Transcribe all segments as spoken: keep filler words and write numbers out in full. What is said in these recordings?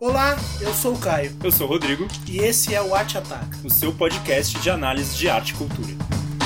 Olá, eu sou o Caio. Eu sou o Rodrigo. E esse é o Arte Ataca, o seu podcast de análise de arte e cultura.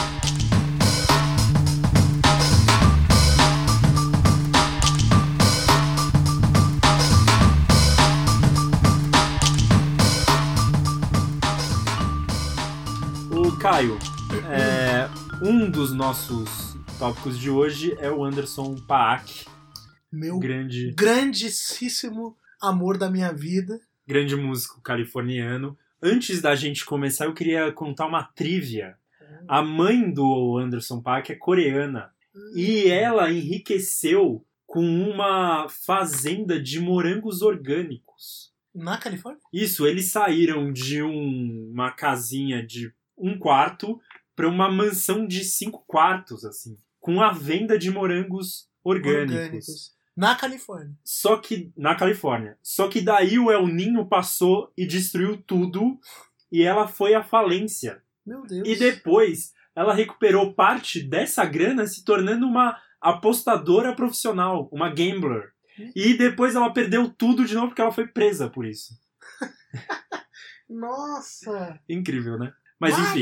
O Caio, é, um dos nossos tópicos de hoje é o Anderson Paak. Meu grande... grandíssimo amor da minha vida. Grande músico californiano. Antes da gente começar, eu queria contar uma trivia. A mãe do Anderson Paak é coreana. Hum. E ela enriqueceu com uma fazenda de morangos orgânicos. Na Califórnia? Isso, eles saíram de um, uma casinha de um quarto para uma mansão de cinco quartos, assim. Com a venda de morangos orgânicos. orgânicos. Na Califórnia. Só que... Na Califórnia. Só que daí o El Niño passou e destruiu tudo. E ela foi à falência. Meu Deus. E depois ela recuperou parte dessa grana se tornando uma apostadora profissional. Uma gambler. Hum? E depois ela perdeu tudo de novo porque ela foi presa por isso. Nossa. Incrível, né? Mas enfim.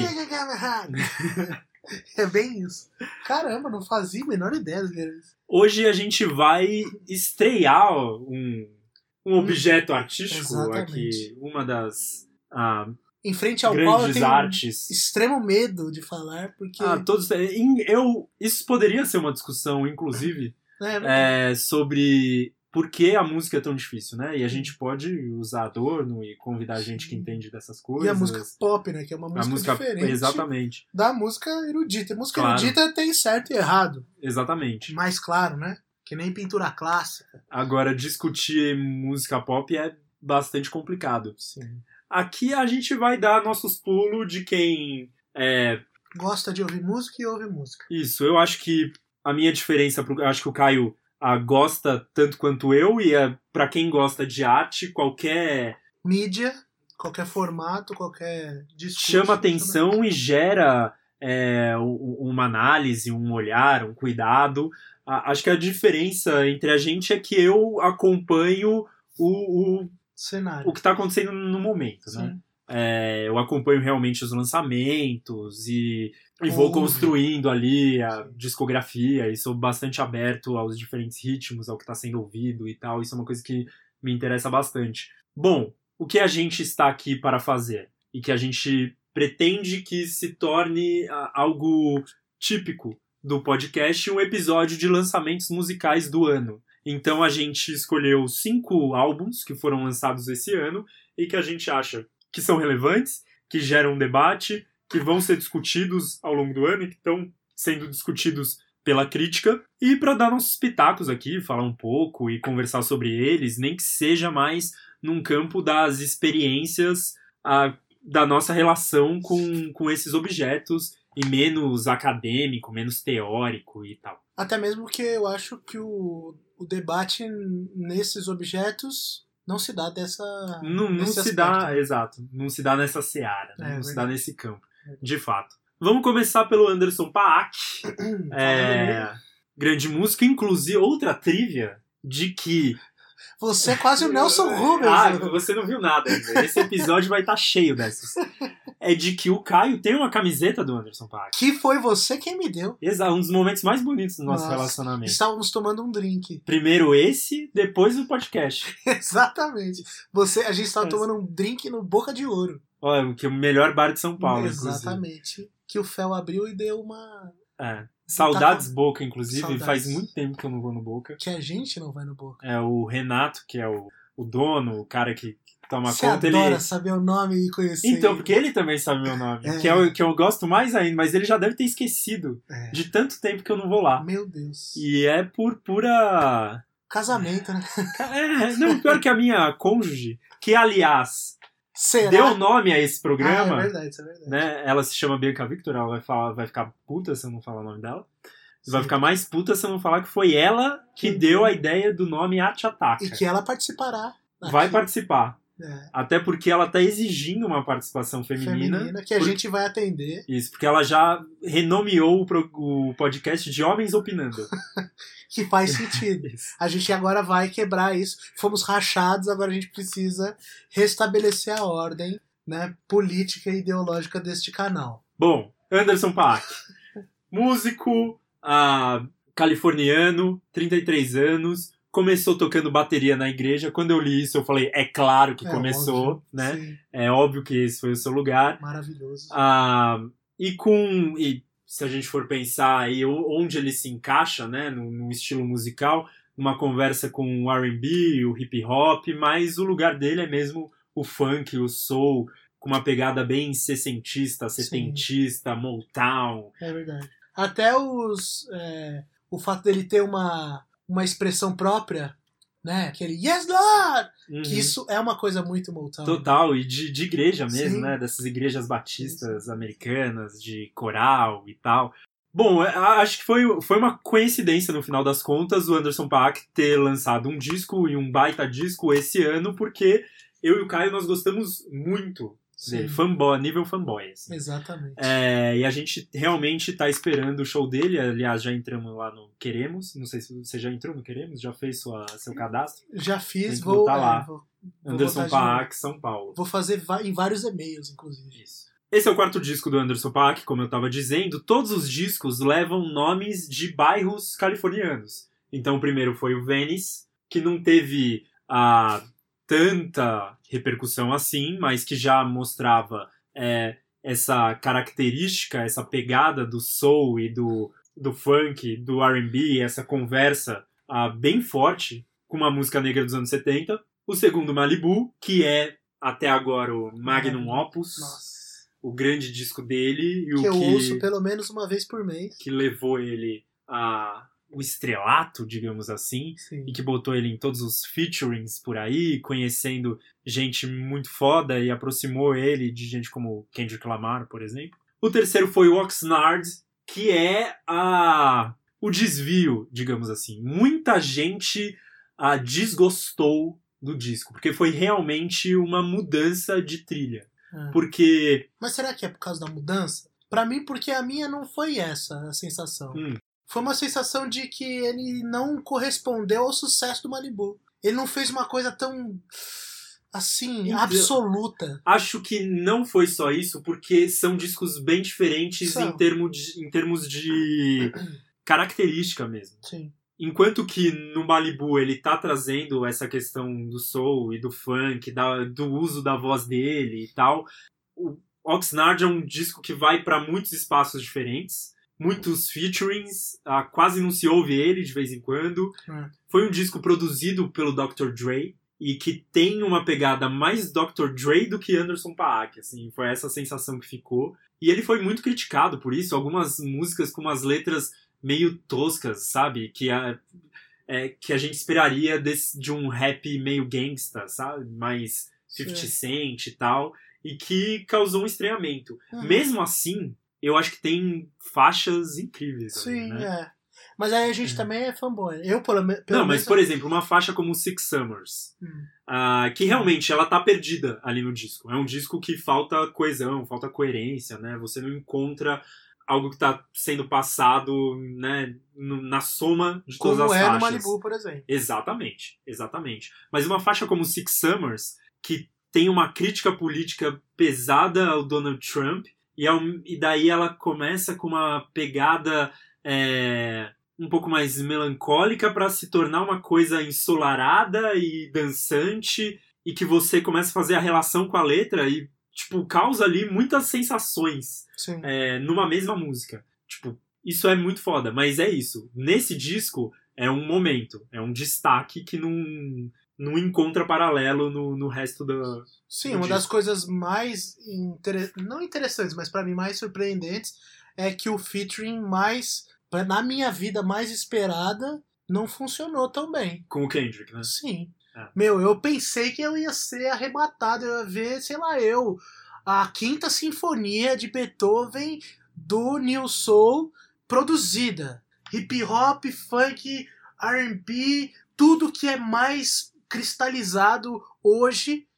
É bem isso. Caramba, não fazia a menor ideia do que era isso. Hoje a gente vai estrear um, um objeto artístico. Exatamente. Aqui. Uma das ah, em frente ao grandes qual eu tenho artes. Extremo medo de falar, porque... Ah, todos, eu, isso poderia ser uma discussão, inclusive, é, é, sobre por que a música é tão difícil, né? E a gente pode usar Adorno e convidar gente que entende dessas coisas. E a música pop, né? Que é uma música, música diferente exatamente. da música erudita. A música claro. erudita tem certo e errado. Exatamente. Mais claro, né? Que nem pintura clássica. Agora, discutir música pop é bastante complicado. Sim. Aqui a gente vai dar nossos pulos de quem... É... gosta de ouvir música e ouve música. Isso, eu acho que a minha diferença... Pro... Eu acho que o Caio... Ah, gosta tanto quanto eu, e é, pra quem gosta de arte, qualquer... mídia, qualquer formato, qualquer discurso... chama atenção e gera é, uma análise, um olhar, um cuidado. Ah, acho que a diferença entre a gente é que eu acompanho o, o, cenário. o que está acontecendo no momento, Sim. né? É, eu acompanho realmente os lançamentos e, e vou construindo ali a discografia e sou bastante aberto aos diferentes ritmos, ao que está sendo ouvido e tal. Isso é uma coisa que me interessa bastante. Bom, o que a gente está aqui para fazer e que a gente pretende que se torne uh, algo típico do podcast, um episódio de lançamentos musicais do ano. Então a gente escolheu cinco álbuns que foram lançados esse ano e que a gente acha que são relevantes, que geram um debate, que vão ser discutidos ao longo do ano e que estão sendo discutidos pela crítica. E para dar nossos pitacos aqui, falar um pouco e conversar sobre eles, nem que seja mais num campo das experiências ah, da nossa relação com, com esses objetos e menos acadêmico, menos teórico e tal. Até mesmo porque eu acho que o, o debate nesses objetos... não se dá dessa... Não, não se aspecto. dá, exato. Não se dá nessa seara, né? É, não é se verdade. dá nesse campo, de fato. Vamos começar pelo Anderson Paak. é, grande músico, inclusive outra trivia de que... Você é quase o Nelson Rubens. Ah, né? você não viu nada ainda. Esse episódio vai estar cheio dessas. É de que o Caio tem uma camiseta do Anderson Paak. Que foi você quem me deu. Exato, um dos momentos mais bonitos do nosso Nossa, relacionamento. Estávamos tomando um drink. Primeiro esse, depois o podcast. Exatamente. Você, a gente estava É. tomando um drink no Boca de Ouro. Olha, que é o melhor bar de São Paulo, Exatamente. inclusive. Que o Fel abriu e deu uma... É. Saudades Tá com... Boca, inclusive. Saudades. Faz muito tempo que eu não vou no Boca. Que a gente não vai no Boca. É o Renato, que é o, o dono, o cara que toma Você conta. adora Ele... saber o nome e conhecer. Então, porque ele também sabe meu nome. É. Que, é o, que eu gosto mais ainda, mas ele já deve ter esquecido É. de tanto tempo que eu não vou lá. Meu Deus. E é por pura... Casamento, né? É, não, pior que a minha cônjuge, que aliás... Será? deu nome a esse programa. Ah, é verdade, isso é verdade. Né? Ela se chama Bianca Victor, ela vai, falar, vai ficar puta se eu não falar o nome dela. Sim. Vai ficar mais puta se eu não falar que foi ela que Sim. deu a ideia do nome Arte Ataca. E que ela participará. Vai aqui. participar. É. Até porque ela tá exigindo uma participação feminina. Feminina, que a por... gente vai atender. Isso, porque ela já renomeou o, pro... o podcast de Homens Opinando. Que faz sentido. A gente agora vai quebrar isso. Fomos rachados, agora a gente precisa restabelecer a ordem, né, política e ideológica deste canal. Bom, Anderson .Paak. Músico, ah, californiano, trinta e três anos, começou tocando bateria na igreja. Quando eu li isso, eu falei, é claro que é começou, óbvio, né? Sim. É óbvio que esse foi o seu lugar. Maravilhoso. Ah, e com... E se a gente for pensar aí onde ele se encaixa, né, no, no estilo musical, uma conversa com o R and B, o hip hop, mas o lugar dele é mesmo o funk, o soul, com uma pegada bem sessentista, setentista, Sim. Motown. É verdade. Até os... É, o fato dele ter uma, uma expressão própria, né? Aquele Yes, Lord! Uhum. Que isso é uma coisa muito Motown. Total, e de, de igreja mesmo, Sim. né? Dessas igrejas batistas Sim. americanas, de coral e tal. Bom, acho que foi, foi uma coincidência, no final das contas, o Anderson .Paak ter lançado um disco e um baita disco esse ano, porque eu e o Caio, nós gostamos muito dele, fanboy, nível fanboy. Assim. Exatamente. É, e a gente realmente tá esperando o show dele. Aliás, já entramos lá no Queremos. Não sei se você já entrou no Queremos, já fez sua, seu cadastro. Já fiz, vou, tá lá. É, vou, Anderson .Paak, São Paulo. Vou fazer em vários e-mails, inclusive. Isso. Esse é o quarto disco do Anderson .Paak, como eu tava dizendo. Todos os discos levam nomes de bairros californianos. Então o primeiro foi o Venice, que não teve a... tanta repercussão assim, mas que já mostrava é, essa característica, essa pegada do soul e do, do funk, do R and B, essa conversa ah, bem forte com uma música negra dos anos setenta. O segundo, Malibu, que é até agora o Magnum Opus, Nossa. O grande disco dele. E o que eu que, ouço pelo menos uma vez por mês. Que levou ele a... o estrelato, digamos assim, Sim. e que botou ele em todos os featurings por aí, conhecendo gente muito foda e aproximou ele de gente como Kendrick Lamar, por exemplo. O terceiro foi o Oxnard, que é a... o desvio, digamos assim. Muita gente a desgostou do disco, porque foi realmente uma mudança de trilha. É. Porque... Mas será que é por causa da mudança? Pra mim, porque a minha não foi essa a sensação. Hum. Foi uma sensação de que ele não correspondeu ao sucesso do Malibu. Ele não fez uma coisa tão, assim, então, absoluta. Acho que não foi só isso, porque são discos bem diferentes em, termo de, em termos de característica mesmo. Sim. Enquanto que no Malibu ele tá trazendo essa questão do soul e do funk, da, do uso da voz dele e tal, o Oxnard é um disco que vai para muitos espaços diferentes. Muitos featurings, ah, quase não se ouve ele de vez em quando. É. Foi um disco produzido pelo doutor Dre e que tem uma pegada mais doutor Dre do que Anderson .Paak, assim, foi essa sensação que ficou. E ele foi muito criticado por isso, algumas músicas com umas letras meio toscas, sabe? Que a, é, que a gente esperaria desse, de um rap meio gangsta, sabe? Mais fifty Cent e tal, e que causou um estranhamento. Uhum. Mesmo assim, eu acho que tem faixas incríveis. Sim, ali, né? é. Mas aí a gente é. também é fanboy. Eu, pelo, pelo Não, mas, menos... por exemplo, uma faixa como Six Summers, hum. uh, que realmente ela tá perdida ali no disco. É um disco que falta coesão, falta coerência, né? Você não encontra algo que tá sendo passado, né, na soma de todas como as é faixas. No Malibu, por exemplo. Exatamente, exatamente. Mas uma faixa como Six Summers, que tem uma crítica política pesada ao Donald Trump, e, ao, e daí ela começa com uma pegada é, um pouco mais melancólica para se tornar uma coisa ensolarada e dançante, e que você começa a fazer a relação com a letra e tipo, causa ali muitas sensações é, numa mesma música. Tipo, isso é muito foda, mas é isso. Nesse disco é um momento, é um destaque que não, não encontra paralelo no, no resto do Sim, do uma disco. Das coisas mais, inter... não interessantes, mas pra mim mais surpreendentes, é que o featuring mais, na minha vida, mais esperada, não funcionou tão bem. Com o Kendrick, né? Sim. É. Meu, eu pensei que eu ia ser arrebatado, eu ia ver, sei lá, eu, a Quinta Sinfonia de Beethoven do New Soul produzida. Hip hop, funk, R and B, tudo que é mais cristalizado hoje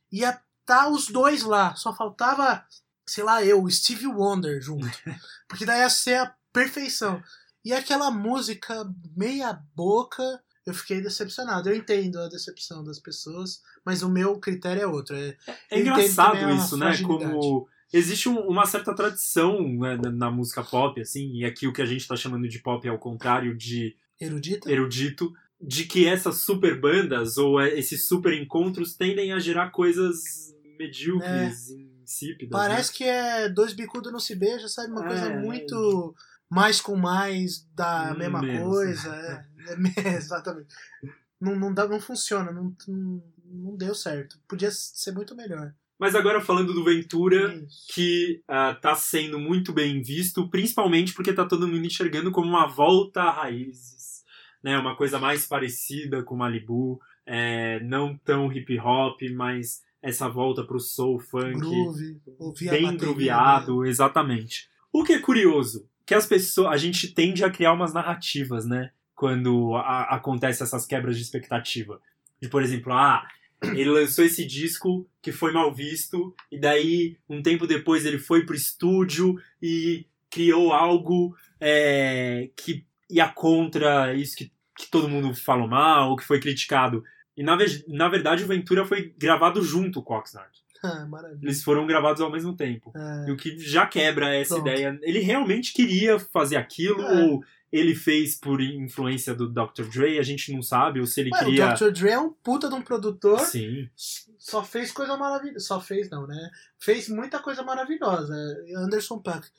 ia tá os dois lá. Só faltava, sei lá, eu, o Stevie Wonder junto. Porque daí ia ser a perfeição. E aquela música meia boca, eu fiquei decepcionado. Eu entendo a decepção das pessoas, mas o meu critério é outro. É, é engraçado isso, né? Como existe um, uma certa tradição, né, na música pop, assim, e aqui o que a gente tá chamando de pop é o contrário de erudita, erudito, de que essas super bandas ou esses super encontros tendem a gerar coisas medíocres, é. insípidas. Parece, né? Que é dois bicudos não se beija, sabe? Uma é. coisa muito mais com mais da hum, mesma menos. coisa. É, é, exatamente. Não, não, dá, não funciona, não, não, não deu certo. Podia ser muito melhor. Mas agora falando do Ventura, Isso. que uh, tá sendo muito bem visto, principalmente porque tá todo mundo enxergando como uma volta a raízes, né? Uma coisa mais parecida com Malibu, é, não tão hip hop, mas essa volta pro soul, funk, Groove, bem grooveado, né? Exatamente. O que é curioso, que as pessoas, a gente tende a criar umas narrativas, né? Quando a, acontece essas quebras de expectativa. De, por exemplo, ah, ele lançou esse disco que foi mal visto, e daí, um tempo depois, ele foi pro estúdio e criou algo é, que ia contra isso que, que todo mundo falou mal, que foi criticado. E, na, na verdade, o Ventura foi gravado junto com o Oxnard. Ah, maravilha. Eles foram gravados ao mesmo tempo. É. E o que já quebra essa Pronto. ideia. Ele realmente queria fazer aquilo, É. ou ele fez por influência do doutor Dre, a gente não sabe, ou se ele Ué, queria... O doutor Dre é um puta de um produtor. Sim. Só fez coisa maravilhosa. Só fez não, né? Fez muita coisa maravilhosa. Anderson .Paak.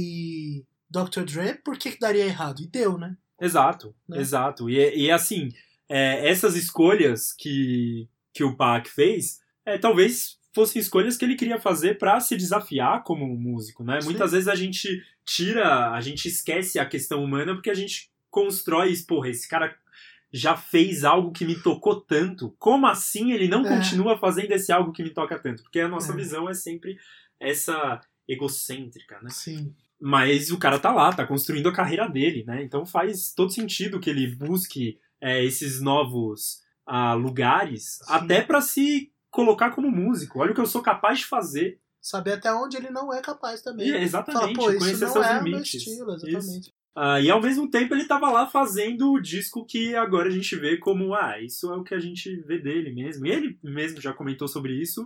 E doutor Dre, por que que daria errado? E deu, né? Exato, né? Exato. E, e assim, é, essas escolhas que, que o Paak fez, é, talvez fossem escolhas que ele queria fazer para se desafiar como músico, né? Sim. Muitas vezes a gente tira, a gente esquece a questão humana porque a gente constrói, porra, esse cara já fez algo que me tocou tanto, como assim ele não é. continua fazendo esse algo que me toca tanto? Porque a nossa é. visão é sempre essa egocêntrica, né? Sim. Mas o cara tá lá, tá construindo a carreira dele, né? Então faz todo sentido que ele busque é, esses novos ah, lugares, Sim. até para se colocar como músico. Olha o que eu sou capaz de fazer. Saber até onde ele não é capaz também. E, exatamente, Fala, conhecer isso seus não é limites. Meu estilo, exatamente. Uh, e ao mesmo tempo ele tava lá fazendo o disco que agora a gente vê como, ah, isso é o que a gente vê dele mesmo. E ele mesmo já comentou sobre isso,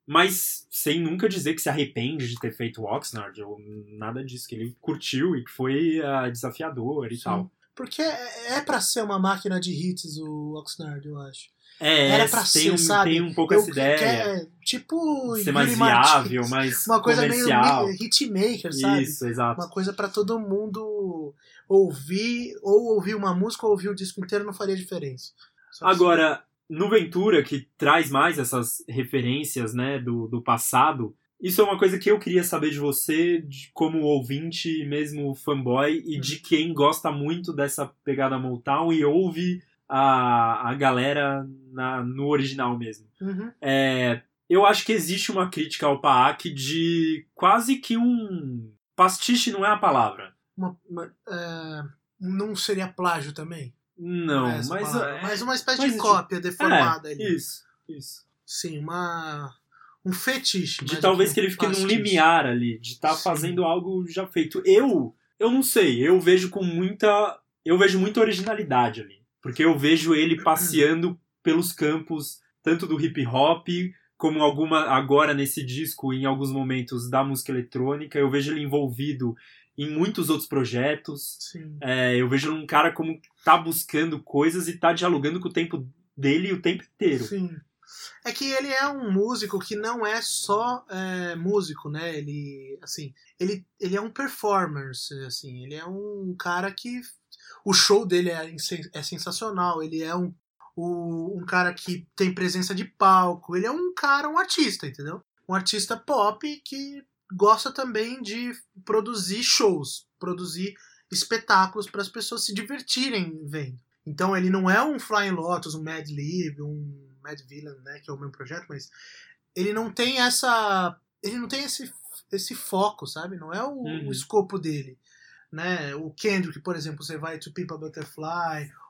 mas sem nunca dizer que se arrepende de ter feito o Oxnard, ou nada disso, que ele curtiu e que foi uh, desafiador e Sim. tal. Porque é, é pra ser uma máquina de hits o Oxnard, eu acho. É, Era pra tem, ser, um, sabe? tem um pouco eu, essa ideia. Quer, tipo... Ser mais viável, mais uma coisa comercial. meio hitmaker, sabe? Isso, exato. Uma coisa pra todo mundo ouvir, ou ouvir uma música ou ouvir o disco inteiro, não faria diferença. Só Agora, assim. No Ventura, que traz mais essas referências, né, do, do passado, isso é uma coisa que eu queria saber de você, de, como ouvinte, mesmo fanboy, e hum. de quem gosta muito dessa pegada Motown e ouve a, a galera na, no original mesmo. Uhum. É, eu acho que existe uma crítica ao Paak de quase que um... Pastiche não é a palavra. Uma, uma, é, não seria plágio também? Não, não é mas... É, mas uma espécie mas de cópia deformada é, ali. Isso, isso. Sim, uma... Um fetiche. De talvez que ele fique num limiar ali, de estar tá fazendo algo já feito. Eu, eu não sei, eu vejo com muita... Eu vejo muita originalidade ali. Porque eu vejo ele passeando pelos campos, tanto do hip hop, como alguma agora nesse disco, em alguns momentos da música eletrônica. Eu vejo ele envolvido em muitos outros projetos. Sim. É, eu vejo um cara como tá buscando coisas e tá dialogando com o tempo dele o tempo inteiro. Sim. É que ele é um músico que não é só é, músico, né? Ele, assim, ele, ele é um performer, assim. Ele é um cara que... O show dele é, é sensacional. Ele é um, um, um cara que tem presença de palco. Ele é um cara, um artista, entendeu? Um artista pop que gosta também de produzir shows, produzir espetáculos para as pessoas se divertirem vendo. Então ele não é um Flying Lotus, um Mad Lib, um Mad Villain, né, que é o meu projeto, mas ele não tem essa, ele não tem esse, esse foco, sabe? Não é o, uhum. o escopo dele. Né? O Kendrick, por exemplo, você vai To Pimp a Butterfly,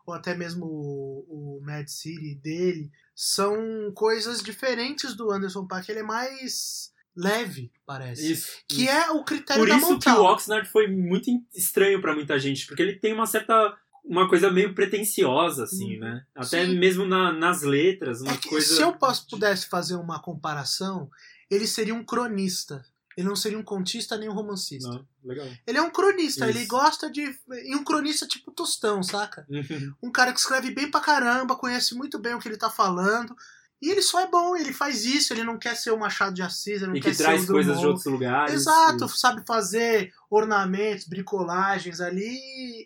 ou até mesmo o, o Mad City dele, são coisas diferentes do Anderson .Paak. Ele é mais leve, parece. Isso. Que isso. é o critério Por da isso Motown. que o Oxnard foi muito estranho pra muita gente, porque ele tem uma certa... uma coisa meio pretensiosa, assim, hum, né? Até sim. mesmo na, nas letras, uma é que, coisa... Se eu posso, pudesse fazer uma comparação, ele seria um cronista. Ele não seria um contista nem um romancista. Não, legal. Ele é um cronista, Isso. ele gosta de... E um cronista tipo Tostão, saca? Um cara que escreve bem pra caramba, conhece muito bem o que ele tá falando... E ele só é bom, ele faz isso, ele não quer ser o Machado de Assis, ele não e quer que ser traz o coisas de outros lugares. Exato, e... sabe fazer ornamentos, bricolagens ali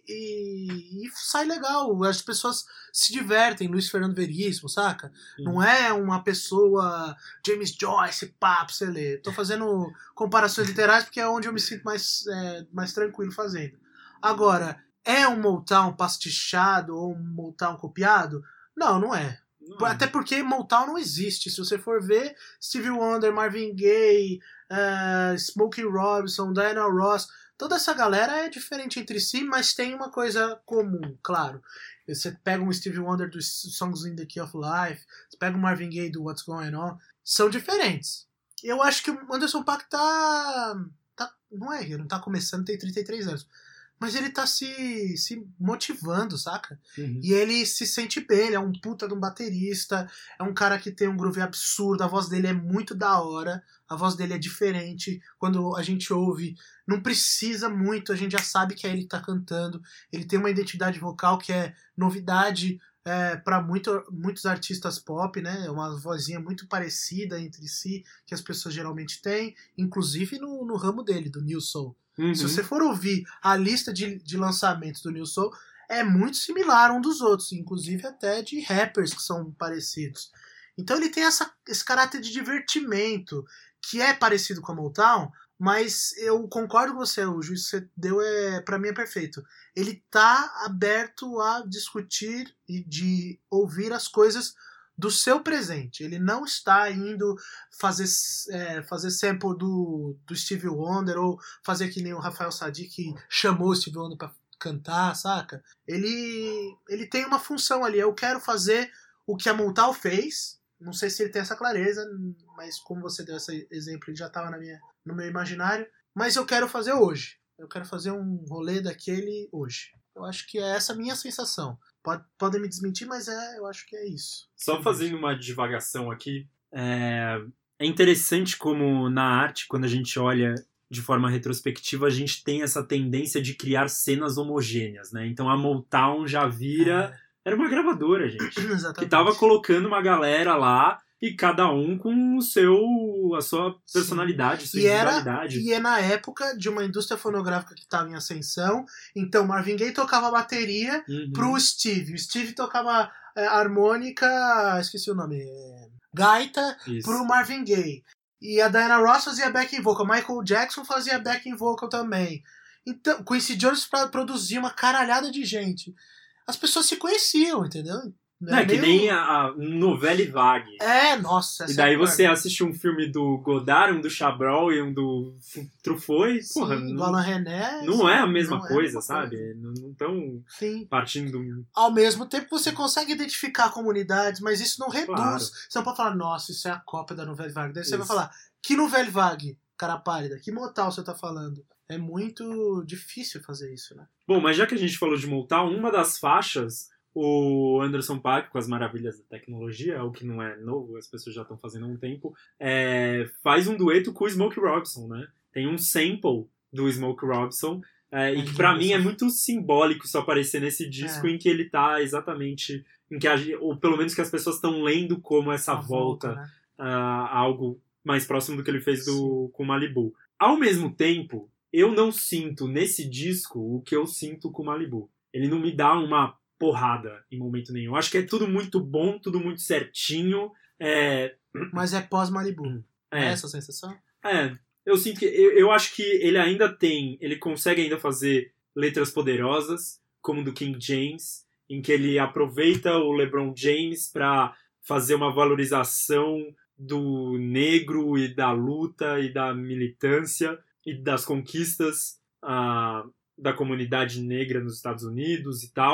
e, e sai legal. As pessoas se divertem, Luiz Fernando Veríssimo, saca? Hum. Não é uma pessoa James Joyce, papo, você lê. Tô fazendo comparações literais porque é onde eu me sinto mais, é, mais tranquilo fazendo. Agora, é um Motown pastichado ou um Motown copiado? Não, não é. Não. Até porque Motown não existe. Se você for ver Stevie Wonder, Marvin Gaye, uh, Smokey Robinson, Diana Ross, toda essa galera é diferente entre si, mas tem uma coisa comum, claro. Você pega um Stevie Wonder dos Songs in the Key of Life, você pega um Marvin Gaye do What's Going On, são diferentes. Eu acho que o Anderson .Paak tá, tá... Não é, ele não tá começando, tem trinta e três anos. Mas ele tá se, se motivando, saca? Uhum. E ele se sente bem, ele é um puta de um baterista, é um cara que tem um groove absurdo, a voz dele é muito da hora, a voz dele é diferente, quando a gente ouve, não precisa muito, a gente já sabe que é ele que tá cantando, ele tem uma identidade vocal que é novidade é, para muito, muitos artistas pop, né? É uma vozinha muito parecida entre si, que as pessoas geralmente têm, inclusive no, no ramo dele, do New Soul. Uhum. Se você for ouvir a lista de, de lançamentos do New Soul, é muito similar um dos outros, inclusive até de rappers que são parecidos. Então ele tem essa, esse caráter de divertimento, que é parecido com a Motown, mas eu concordo com você, o juízo que você deu é, pra mim é perfeito. Ele tá aberto a discutir e de ouvir as coisas do seu presente. Ele não está indo fazer, é, fazer sample do, do Stevie Wonder ou fazer que nem o Rafael Sadi que chamou o Stevie Wonder pra cantar, saca? Ele, ele tem uma função ali. Eu quero fazer o que a Motown fez. Não sei se ele tem essa clareza, mas como você deu esse exemplo, ele já estava na minha, no meu imaginário. Mas eu quero fazer hoje. Eu quero fazer um rolê daquele hoje. Eu acho que é essa a minha sensação. Pode, podem me desmentir, mas é, eu acho que é isso. Só fazendo uma divagação aqui, é, é interessante como na arte, quando a gente olha de forma retrospectiva, a gente tem essa tendência de criar cenas homogêneas, né? Então a Motown já vira... É. Era uma gravadora, gente. Exatamente. Que tava colocando uma galera lá e cada um com o seu, a sua personalidade, Sim. sua e individualidade. Era, e é na época de uma indústria fonográfica que estava em ascensão. Então Marvin Gaye tocava bateria uhum. pro Steve. O Steve tocava é, harmônica, esqueci o nome, é, gaita Isso. pro Marvin Gaye. E a Diana Ross fazia backing vocal. Michael Jackson fazia backing vocal também. Então, Quincy Jones produzia uma caralhada de gente. As pessoas se conheciam, entendeu? Não, é meio... que nem a, a novela Vague. É, nossa. E daí é você assiste um filme do Godard, um do Chabrol e um do Truffaut. Sim, porra, do não, Alan René. Não é a mesma não coisa, é a sabe? Coisa. Não estão partindo do... Ao mesmo tempo você consegue identificar comunidades, mas isso não reduz. Claro. Você não pode falar, nossa, isso é a cópia da novela Vague. Daí isso. Você vai falar, que novela Vague, cara pálida? Que Motown você tá falando? É muito difícil fazer isso, né? Bom, mas já que a gente falou de Motown, uma das faixas... O Anderson .Paak, com as maravilhas da tecnologia, o que não é novo, as pessoas já estão fazendo há um tempo, é, faz um dueto com o Smokey Robinson, né? Tem um sample do Smokey Robinson, é, e que pra mim é muito simbólico isso aparecer nesse disco é. em que ele tá exatamente, em que a, ou pelo menos que as pessoas estão lendo como essa a volta, volta né? a, a algo mais próximo do que ele fez do, com Malibu. Ao mesmo tempo, eu não sinto nesse disco o que eu sinto com Malibu. Ele não me dá uma porrada em momento nenhum. Acho que é tudo muito bom, tudo muito certinho. É... Mas é pós-Malibu. É. É essa a sensação? É. Eu sinto que... Eu, eu acho que ele ainda tem... Ele consegue ainda fazer letras poderosas, como do King James, em que ele aproveita o LeBron James para fazer uma valorização do negro e da luta e da militância e das conquistas uh, da comunidade negra nos Estados Unidos e tal.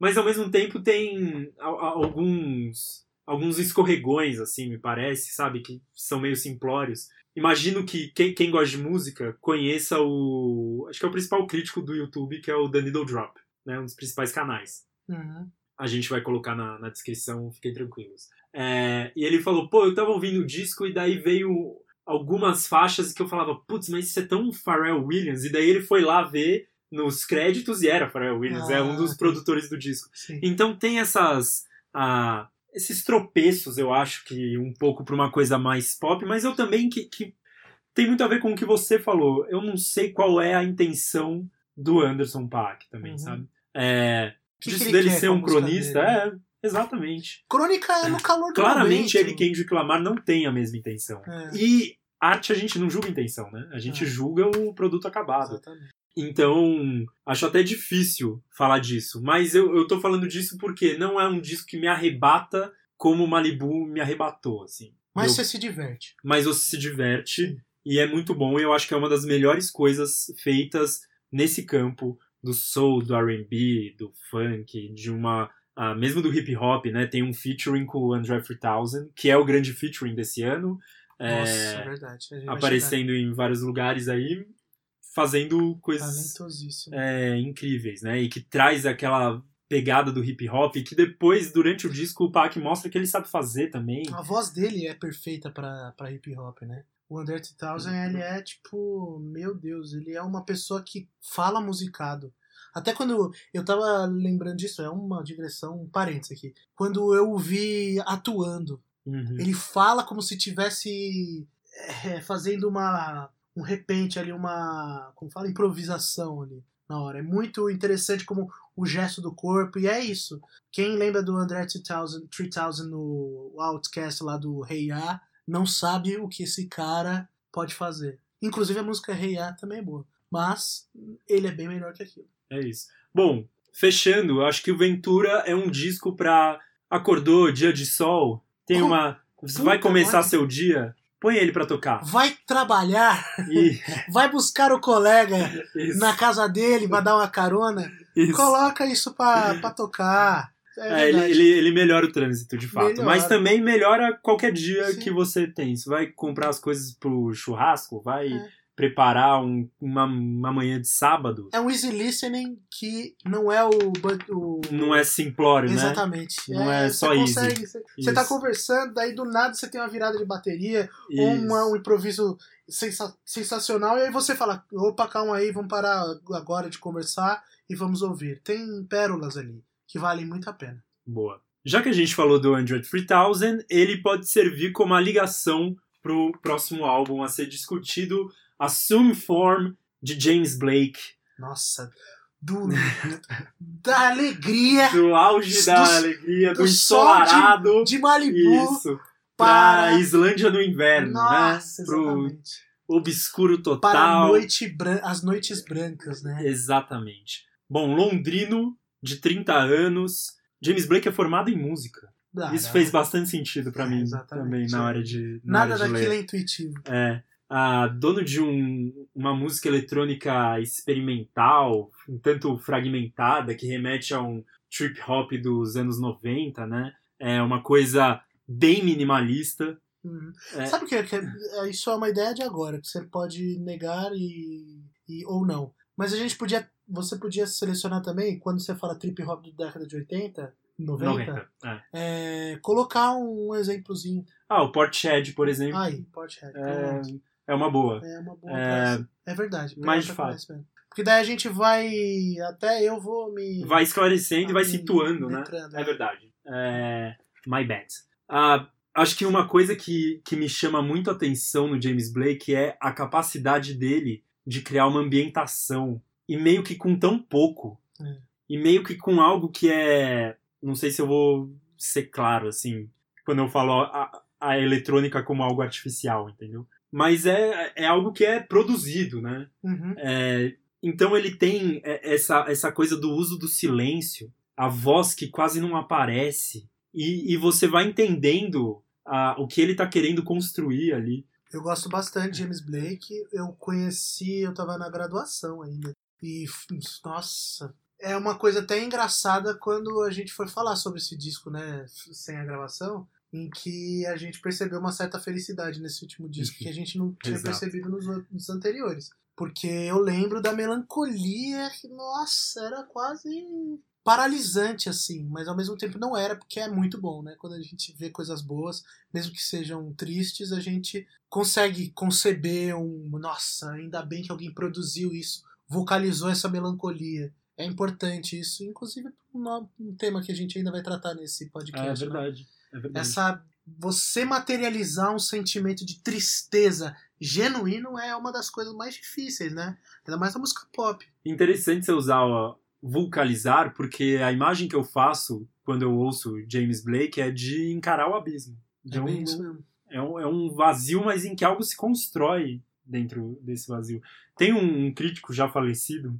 Mas ao mesmo tempo tem a, a, alguns, alguns escorregões, assim, me parece, sabe? Que são meio simplórios. Imagino que quem, quem gosta de música conheça o... Acho que é o principal crítico do YouTube, que é o The Needle Drop, né? Um dos principais canais. Uhum. A gente vai colocar na, na descrição, fiquem tranquilos. É, e ele falou, pô, eu tava ouvindo o disco e daí veio algumas faixas que eu falava, putz, mas isso é tão Pharrell Williams. E daí ele foi lá ver nos créditos e era Pharrell Williams, ah, é um dos produtores do disco. Sim. Então tem essas... Ah, esses tropeços, eu acho que um pouco pra uma coisa mais pop, mas eu também que, que tem muito a ver com o que você falou. Eu não sei qual é a intenção do Anderson .Paak também, uhum. sabe? É, que disso que dele ser um cronista, dele? é, exatamente. Crônica é no calor do Claramente momento. ele e Kendrick Lamar não tem a mesma intenção. É. E arte a gente não julga a intenção, né? A gente é. julga o produto acabado. Exatamente. Então, acho até difícil falar disso. Mas eu, eu tô falando disso porque não é um disco que me arrebata como Malibu me arrebatou, assim. Mas eu, você se diverte. Mas você se diverte. Sim. E é muito bom. E eu acho que é uma das melhores coisas feitas nesse campo do soul, do R and B, do funk, de uma... Ah, mesmo do hip hop, né? Tem um featuring com o Andre three thousand, que é o grande featuring desse ano. Nossa, é, é verdade. Aparecendo em vários lugares aí. Fazendo coisas é, incríveis, né? E que traz aquela pegada do hip hop que depois, durante o disco, o Paak mostra que ele sabe fazer também. A voz dele é perfeita pra, pra hip hop, né? O Andre three thousand, uhum. ele é tipo... Meu Deus, ele é uma pessoa que fala musicado. Até quando eu tava lembrando disso, é uma digressão, um parênteses aqui. Quando eu o vi atuando, uhum. ele fala como se tivesse é, fazendo uma... um repente ali, uma, como fala, improvisação ali na hora. É muito interessante como o gesto do corpo, e é isso. Quem lembra do Andre three thousand no Outcast lá do Hey Ya, não sabe o que esse cara pode fazer. Inclusive a música Hey Ya também é boa, mas ele é bem melhor que aquilo. É isso. Bom, fechando, acho que o Ventura é um disco pra acordou, dia de sol, tem oh, uma... Você vai começar mãe. seu dia... Põe ele pra tocar. Vai trabalhar, e... vai buscar o colega isso. na casa dele, vai dar uma carona. Isso. Coloca isso pra, pra tocar. É é, ele, ele, ele melhora o trânsito, de fato. Melhora. Mas também melhora qualquer dia Sim. que você tem. Você vai comprar as coisas pro churrasco, vai é. preparar um, uma, uma manhã de sábado. É um easy listening que não é o... o... Não é simplório, Exatamente. né? Não é, é só você easy. Consegue, você, você tá conversando, daí do nada você tem uma virada de bateria, Isso. ou uma, um improviso sensa- sensacional, e aí você fala, opa, calma aí, vamos parar agora de conversar e vamos ouvir. Tem pérolas ali que valem muito a pena. Boa. Já que a gente falou do Andre three thousand, ele pode servir como uma ligação pro próximo álbum a ser discutido, Assume Form, de James Blake. Nossa, do, da alegria. Do auge do, da alegria, do, do ensolarado. De, de Malibu. Isso. Para pra Islândia no inverno, Nossa, né? Pro exatamente. obscuro total. Para a noite bran- as noites brancas, né? Exatamente. Bom, londrino, de trinta anos. James Blake é formado em música. Ah, Isso não. fez bastante sentido pra É, mim exatamente. também na hora de na Nada hora de daquilo ler. é intuitivo. É. Ah, dono de um, uma música eletrônica experimental, um tanto fragmentada, que remete a um trip hop dos anos noventa, né? É uma coisa bem minimalista. Uhum. É. Sabe o que é, que é? Isso é uma ideia de agora, que você pode negar e, e ou não. Mas a gente podia, você podia selecionar também, quando você fala trip hop da década de oitenta, noventa, noventa é. É, colocar um exemplozinho. Ah, o Portishead, por exemplo. Aí, Portishead. É, é uma boa. É uma boa. É, é verdade. mais de fato. Porque daí a gente vai, até eu vou me... Vai esclarecendo e vai situando, né? Letrando, é verdade. É, my bad. Ah, acho que uma coisa que, que me chama muito a atenção no James Blake é a capacidade dele de criar uma ambientação. E meio que com tão pouco. É. E meio que com algo que é... Não sei se eu vou ser claro, assim, quando eu falo a, a eletrônica como algo artificial, entendeu? Mas é, é algo que é produzido, né? Uhum. É, então ele tem essa, essa coisa do uso do silêncio, a voz que quase não aparece, e, e você vai entendendo a, o que ele tá querendo construir ali. Eu gosto bastante de James Blake. Eu conheci, eu tava na graduação ainda. E, nossa, é uma coisa até engraçada quando a gente foi falar sobre esse disco, né, sem a gravação, em que a gente percebeu uma certa felicidade nesse último disco, que a gente não tinha Exato. percebido nos, nos anteriores. Porque eu lembro da melancolia que, nossa, era quase paralisante, assim, mas ao mesmo tempo não era, porque é muito bom, né? Quando a gente vê coisas boas, mesmo que sejam tristes, a gente consegue conceber um, nossa, ainda bem que alguém produziu isso, vocalizou essa melancolia. É importante isso, inclusive um, um tema que a gente ainda vai tratar nesse podcast. É verdade, né? é verdade. Essa, você materializar um sentimento de tristeza genuíno é uma das coisas mais difíceis, né? Ainda mais na música pop. Interessante você usar o vocalizar, porque a imagem que eu faço quando eu ouço James Blake é de encarar o abismo. De É um, bem isso mesmo. É um, é um vazio, mas em que algo se constrói dentro desse vazio. Tem um, um crítico já falecido,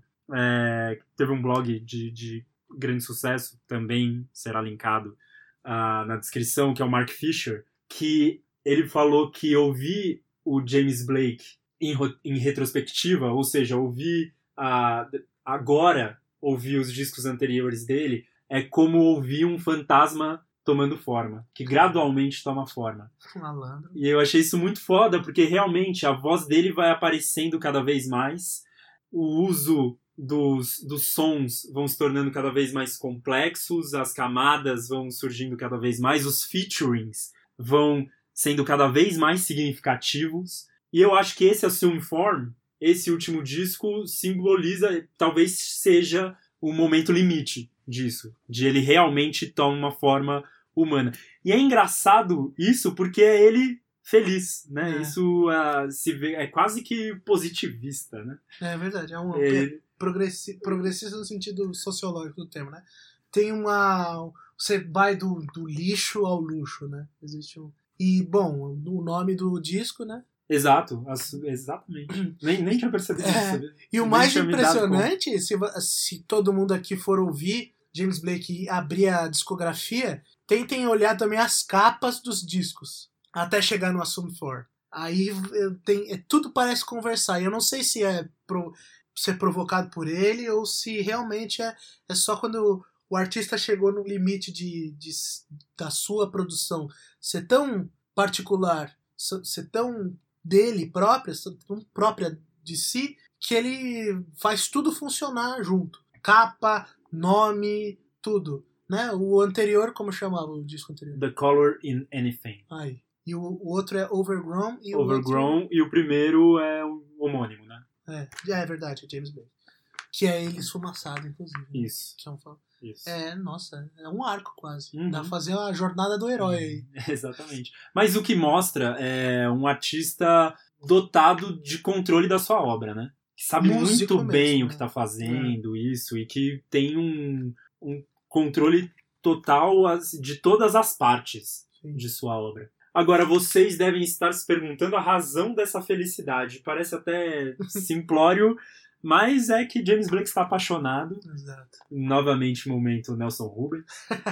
é, que teve um blog de, de grande sucesso, também será linkado uh, na descrição, que é o Mark Fisher, que ele falou que ouvir o James Blake em, em retrospectiva, ou seja, ouvir uh, agora, ouvir os discos anteriores dele, é como ouvir um fantasma tomando forma, que gradualmente toma forma. Malandro. E eu achei isso muito foda, porque realmente a voz dele vai aparecendo cada vez mais, o uso dos, dos sons vão se tornando cada vez mais complexos, as camadas vão surgindo cada vez mais, os featurings vão sendo cada vez mais significativos, e eu acho que esse Assume Form, esse último disco, simboliza, talvez seja o momento limite disso, de ele realmente tomar uma forma humana. E é engraçado isso porque é ele feliz, né? É. Isso uh, se vê, é quase que positivista, né? É verdade, é um é... progressi- progressista no sentido sociológico do termo, né? Tem uma... Você vai do, do lixo ao luxo, né? Existe um... E, bom, o nome do disco, né? Exato, exatamente. nem, nem tinha percebido é, isso. E o mais impressionante, se, se todo mundo aqui for ouvir James Blake e abrir a discografia, tentem olhar também as capas dos discos, até chegar no Assume For. Aí tem, é, tudo parece conversar. E eu não sei se é pro, ser provocado por ele ou se realmente é, é só quando o artista chegou no limite de, de, da sua produção ser tão particular, ser tão dele própria, tão própria de si, que ele faz tudo funcionar junto. Capa, nome, tudo. Né? O anterior, como chamava o disco anterior? The Color in Anything. Aí. E o, o outro é Overgrown. E Overgrown, o outro... e o primeiro é o homônimo, né? É, é verdade, é James Blake. Que é ele esfumaçado, inclusive. Né? Isso. Que é, um... Isso. é, nossa, é um arco quase. Uhum. Dá pra fazer a jornada do herói aí. Uhum. Exatamente. Mas o que mostra é um artista dotado de controle da sua obra, né? Que sabe Músico muito bem mesmo, o que está fazendo, é. isso, e que tem um, um controle total de todas as partes Sim. de sua obra. Agora, vocês devem estar se perguntando a razão dessa felicidade. Parece até simplório, mas é que James Blake está apaixonado. Exato. Novamente, momento Nelson Rubens.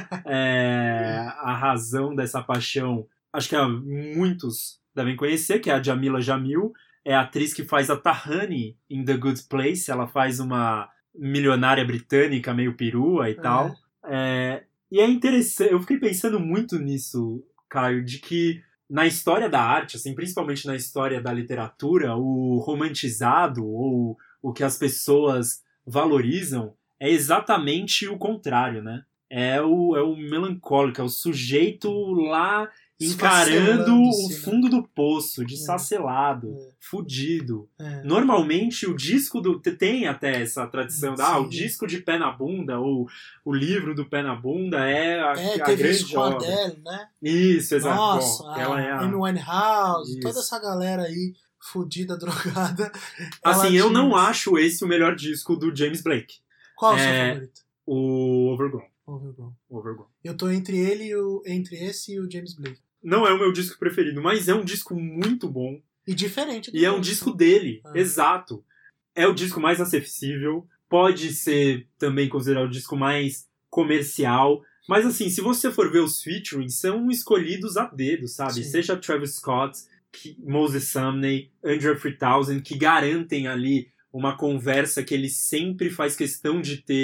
É, a razão dessa paixão, acho que muitos devem conhecer, que é a Jamila Jamil. É a atriz que faz a Tahani em The Good Place. Ela faz uma milionária britânica meio perua e tal. É. É, e é interessante, eu fiquei pensando muito nisso, Caio, de que na história da arte, assim, principalmente na história da literatura, o romantizado ou o que as pessoas valorizam é exatamente o contrário, né? É o, é o melancólico, é o sujeito lá encarando o fundo né? do poço, desfacelado, é. fudido. É. Normalmente o disco do... Tem até essa tradição, da, ah, o disco de pé na bunda, ou o livro do pé na bunda é a, é, a grande obra. Adele, né? Isso, exato. Nossa, Bom, ela é a... Amy Winehouse, Isso. toda essa galera aí, fudida, drogada. Assim, eu não acho esse o melhor disco do James Blake. Qual é o é... seu favorito? O Overgrown. Overgrown. Overgrown. Eu tô entre ele e o, entre esse e o James Blake. Não é o meu disco preferido, mas é um disco muito bom. E diferente. E é um disco dele, ah. exato. É o disco mais acessível, pode ser também considerado o disco mais comercial, mas assim, se você for ver os featurings, são escolhidos a dedo, sabe? Sim. Seja Travis Scott, que, Moses Sumney, Andrea three thousand, que garantem ali uma conversa que ele sempre faz questão de ter com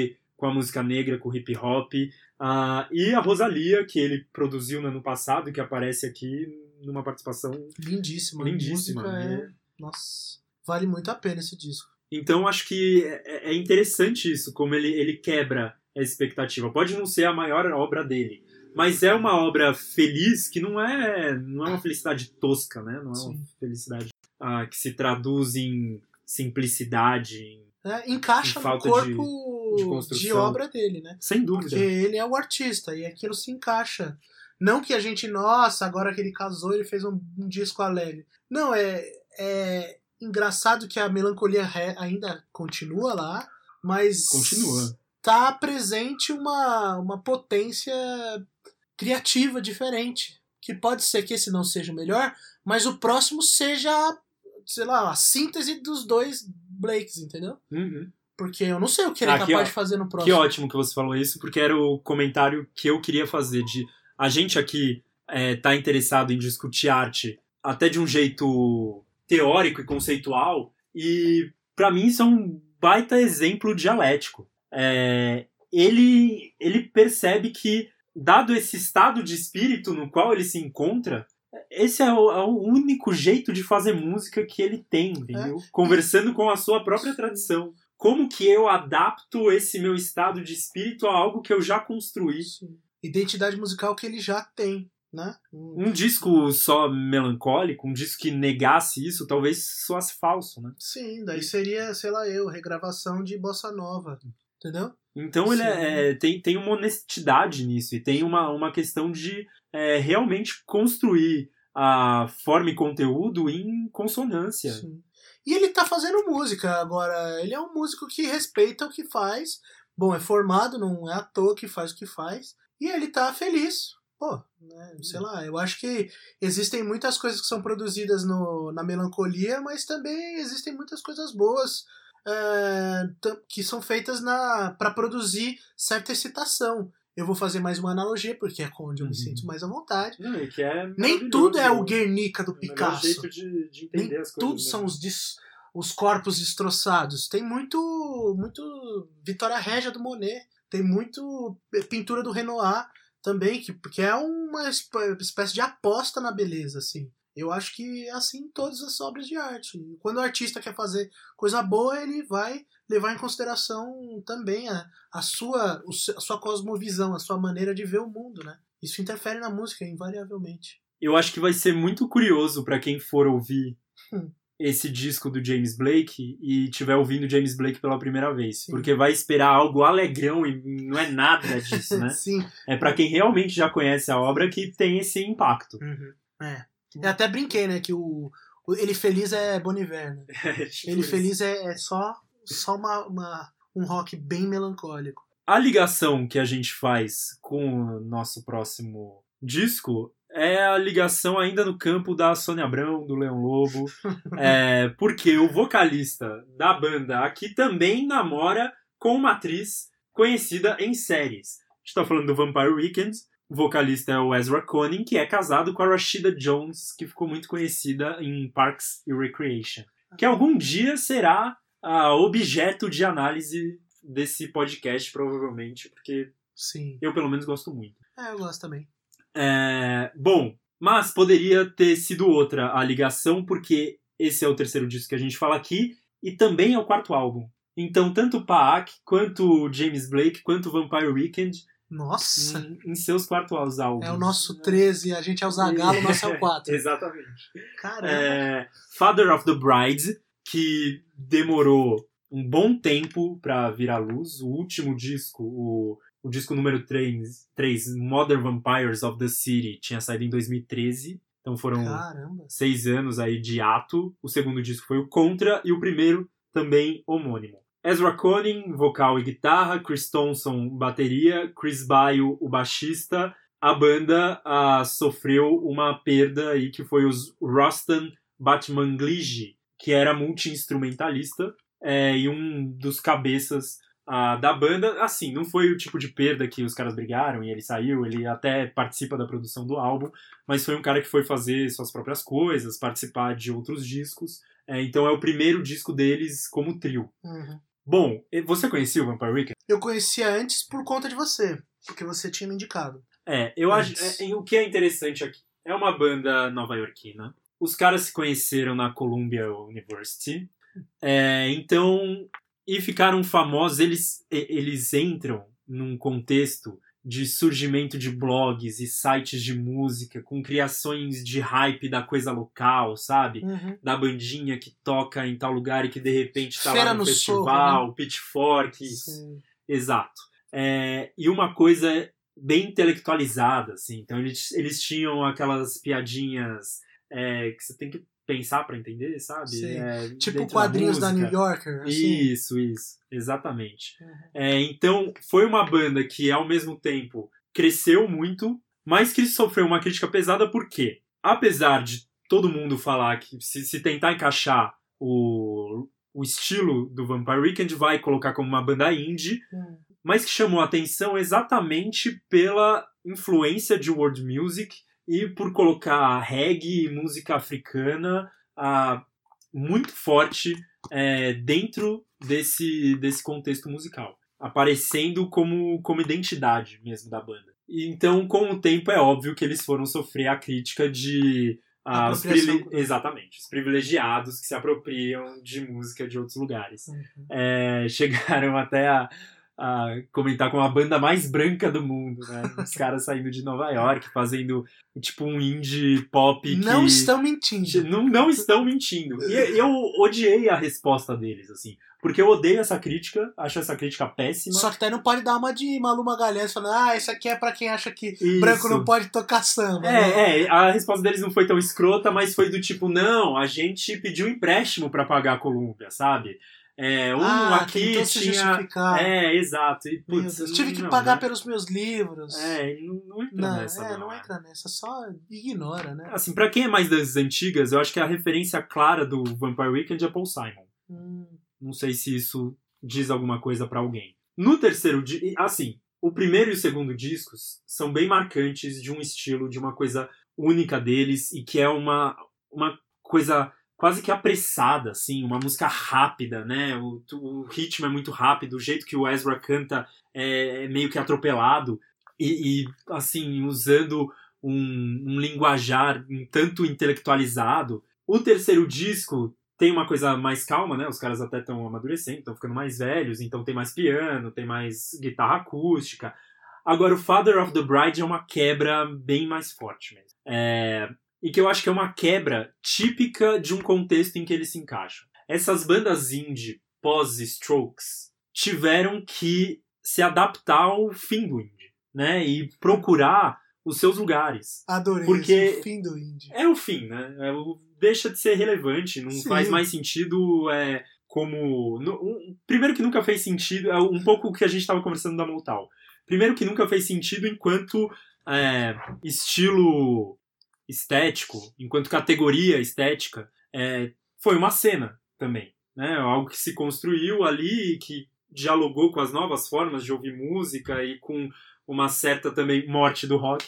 com a música negra, com o hip hop. Uh, e a Rosalía, que ele produziu no ano passado, que aparece aqui numa participação lindíssima. lindíssima. A música né? é... Nossa, vale muito a pena esse disco. Então acho que é, é interessante isso, como ele, ele quebra a expectativa. Pode não ser a maior obra dele, mas é uma obra feliz que não é, não é uma felicidade tosca, né? Não é Sim. uma felicidade ah, que se traduz em simplicidade, em, é, encaixa em no falta corpo de, de, construção. de obra dele, né? Sem dúvida. Porque ele é o artista e aquilo se encaixa. Não que a gente, nossa, agora que ele casou, ele fez um, um disco alegre. Não, é, é engraçado que a melancolia ainda continua lá, mas continua. Tá presente uma, uma potência criativa diferente. Que pode ser que esse não seja o melhor, mas o próximo seja, sei lá, a síntese dos dois Blakes, entendeu? Uhum. Porque eu não sei o que ele ah, é capaz que, de fazer no próximo. Que ótimo que você falou isso, porque era o comentário que eu queria fazer de a gente aqui é, tá interessado em discutir arte até de um jeito teórico e conceitual, e pra mim isso é um baita exemplo dialético. É, ele, ele percebe que, dado esse estado de espírito no qual ele se encontra, esse é o, é o único jeito de fazer música que ele tem, entendeu? É. Conversando com a sua própria tradição. Como que eu adapto esse meu estado de espírito a algo que eu já construí? Sim. Identidade musical que ele já tem, né? Um disco só melancólico, um disco que negasse isso, talvez soasse falso, né? Sim, daí seria, sei lá eu, regravação de Bossa Nova, entendeu? Então ele é, é, tem, tem uma honestidade nisso, e tem uma, uma questão de é, realmente construir a forma e conteúdo em consonância. Sim. E ele tá fazendo música agora, ele é um músico que respeita o que faz, bom, é formado, não é à toa que faz o que faz, e ele tá feliz. Pô, né, sei lá, eu acho que existem muitas coisas que são produzidas no, na melancolia, mas também existem muitas coisas boas é, que são feitas para produzir certa excitação. Eu vou fazer mais uma analogia, porque é onde eu me sinto mais à vontade. Não, e que é nem tudo é o Guernica do é Picasso. O jeito de, de entender nem as coisas. Tudo são os, dis, os corpos destroçados. Tem muito, muito Vitória Régia do Monet. Tem muito pintura do Renoir também, que, que é uma espécie de aposta na beleza, assim. Eu acho que é assim em todas as obras de arte. Quando o artista quer fazer coisa boa, ele vai levar em consideração também a, a, sua, a sua cosmovisão, a sua maneira de ver o mundo, né? Isso interfere na música, invariavelmente. Eu acho que vai ser muito curioso para quem for ouvir hum. esse disco do James Blake e estiver ouvindo James Blake pela primeira vez. Sim. Porque vai esperar algo alegrão e não é nada disso, né? Sim. É para quem realmente já conhece a obra que tem esse impacto. Uhum. É. Eu até brinquei, né, que o, o Ele Feliz é Bon Iver, né? É, tipo Ele isso. Feliz é, é só, só uma, uma, um rock bem melancólico. A ligação que a gente faz com o nosso próximo disco é a ligação ainda no campo da Sônia Abrão, do Leão Lobo, é, porque o vocalista da banda aqui também namora com uma atriz conhecida em séries. A gente tá falando do Vampire Weekend. O vocalista é o Ezra Koenig, que é casado com a Rashida Jones, que ficou muito conhecida em Parks and Recreation. Que algum dia será uh, objeto de análise desse podcast, provavelmente, porque Sim. eu, pelo menos, gosto muito. É, eu gosto também. É, bom, mas poderia ter sido outra a ligação, porque esse é o terceiro disco que a gente fala aqui, e também é o quarto álbum. Então, tanto o Paak, quanto o James Blake, quanto o Vampire Weekend... Nossa! Em, em seus quartos álbuns. É o nosso treze, a gente é o Zagalo, o nosso é o quatro. Exatamente. Caramba! É, Father of the Bride, que demorou um bom tempo pra vir à luz. O último disco, o, o disco número três, três, Modern Vampires of the City, tinha saído em dois mil e treze. Então foram Caramba. seis anos aí de ato. O segundo disco foi o Contra e o primeiro também homônimo. Ezra Koenig, vocal e guitarra, Chris Thompson, bateria, Chris Baio, o baixista. A banda ah, sofreu uma perda aí, que foi os Rostan Batmanglij, que era multi-instrumentalista é, e um dos cabeças ah, da banda. Assim, não foi o tipo de perda que os caras brigaram e ele saiu, ele até participa da produção do álbum, mas foi um cara que foi fazer suas próprias coisas, participar de outros discos. É, então é o primeiro disco deles como trio. Uhum. Bom, você conhecia o Vampire Weekend? Eu conhecia antes por conta de você, porque você tinha me indicado. É, eu acho. É, o que é interessante aqui é uma banda nova-iorquina. Os caras se conheceram na Columbia University. É, então. E ficaram famosos. Eles, eles entram num contexto de surgimento de blogs e sites de música, com criações de hype da coisa local, sabe? Uhum. Da bandinha que toca em tal lugar e que de repente tá Feira lá no, no festival, Sorro, né? Pitchfork. Sim. Exato. É, e uma coisa bem intelectualizada, assim. Então eles, eles tinham aquelas piadinhas é, que você tem que pensar pra entender, sabe? É, tipo quadrinhos da, da New Yorker. Assim. Isso, isso. Exatamente. Uhum. É, então, foi uma banda que, ao mesmo tempo, cresceu muito, mas que sofreu uma crítica pesada porque, apesar de todo mundo falar que se, se tentar encaixar o, o estilo do Vampire Weekend, vai colocar como uma banda indie, uhum. mas que chamou a atenção exatamente pela influência de world music e por colocar reggae e música africana ah, muito forte é, dentro desse, desse contexto musical, aparecendo como, como identidade mesmo da banda. E, então, com o tempo, é óbvio que eles foram sofrer a crítica de... Ah, os privile... Exatamente, os privilegiados que se apropriam de música de outros lugares. Uhum. É, chegaram até a... a comentar com a banda mais branca do mundo, né? Os caras saindo de Nova York, fazendo tipo um indie pop que... Não estão mentindo. Não, não estão mentindo. E eu odiei a resposta deles, assim. Porque eu odeio essa crítica, acho essa crítica péssima. Só que daí não pode dar uma de Malu Magalhães falando, ah, isso aqui é pra quem acha que isso. Branco não pode tocar samba. É, né? é, a resposta deles não foi tão escrota, mas foi do tipo, não, a gente pediu empréstimo pra pagar a Colômbia, sabe? É, um ah, aqui tinha... Se justificar. É, exato. E, putz, Deus, tive que não, pagar né? pelos meus livros. É, não, não entra não, nessa. É, não, não é. entra nessa, só ignora, né? Assim, pra quem é mais das antigas, eu acho que a referência clara do Vampire Weekend é Paul Simon. Hum. Não sei se isso diz alguma coisa pra alguém. No terceiro disco, assim, o primeiro e o segundo discos são bem marcantes de um estilo, de uma coisa única deles, e que é uma, uma coisa quase que apressada, assim, uma música rápida, né? O, o ritmo é muito rápido, o jeito que o Ezra canta é, é meio que atropelado, e, e assim, usando um, um linguajar um tanto intelectualizado. O terceiro disco tem uma coisa mais calma, né? Os caras até estão amadurecendo, estão ficando mais velhos, então tem mais piano, tem mais guitarra acústica. Agora, o Father of the Bride é uma quebra bem mais forte mesmo. É... E que eu acho que é uma quebra típica de um contexto em que eles se encaixam. Essas bandas indie pós-Strokes tiveram que se adaptar ao fim do indie, né? E procurar os seus lugares. Adorei porque esse, o fim do indie. É o fim, né? É o... Deixa de ser relevante, não Sim. faz mais sentido é, como... No, um, primeiro que nunca fez sentido, é um pouco o que a gente estava conversando da Motown. Primeiro que nunca fez sentido enquanto é, estilo estético, enquanto categoria estética, é, foi uma cena também, né? Algo que se construiu ali, que dialogou com as novas formas de ouvir música e com uma certa também morte do rock.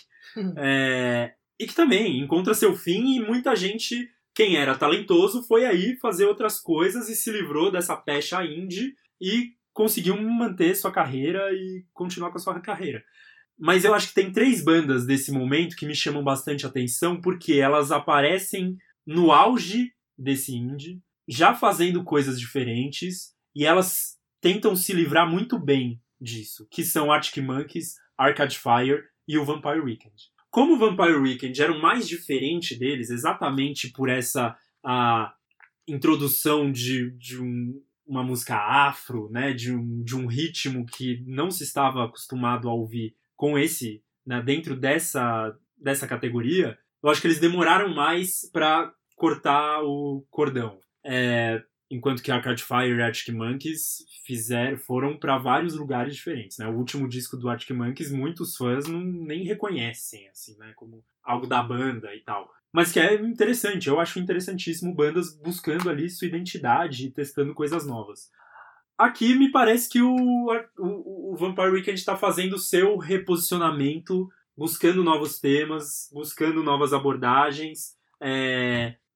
é, e que também encontra seu fim e muita gente... Quem era talentoso foi aí fazer outras coisas e se livrou dessa pecha indie e conseguiu manter sua carreira e continuar com a sua carreira. Mas eu acho que tem três bandas desse momento que me chamam bastante atenção porque elas aparecem no auge desse indie, já fazendo coisas diferentes, e elas tentam se livrar muito bem disso, que são Arctic Monkeys, Arcade Fire e o Vampire Weekend. Como o Vampire Weekend era o mais diferente deles, exatamente por essa a, introdução de, de um, uma música afro, né, de, um, de um ritmo que não se estava acostumado a ouvir com esse, né, dentro dessa, dessa categoria, eu acho que eles demoraram mais para cortar o cordão. É, enquanto que Arcade Fire e Arctic Monkeys fizeram, foram para vários lugares diferentes, né? O último disco do Arctic Monkeys, muitos fãs não, nem reconhecem, assim, né? Como algo da banda e tal. Mas que é interessante, eu acho interessantíssimo bandas buscando ali sua identidade e testando coisas novas. Aqui me parece que o, o, o Vampire Weekend está fazendo o seu reposicionamento, buscando novos temas, buscando novas abordagens, é,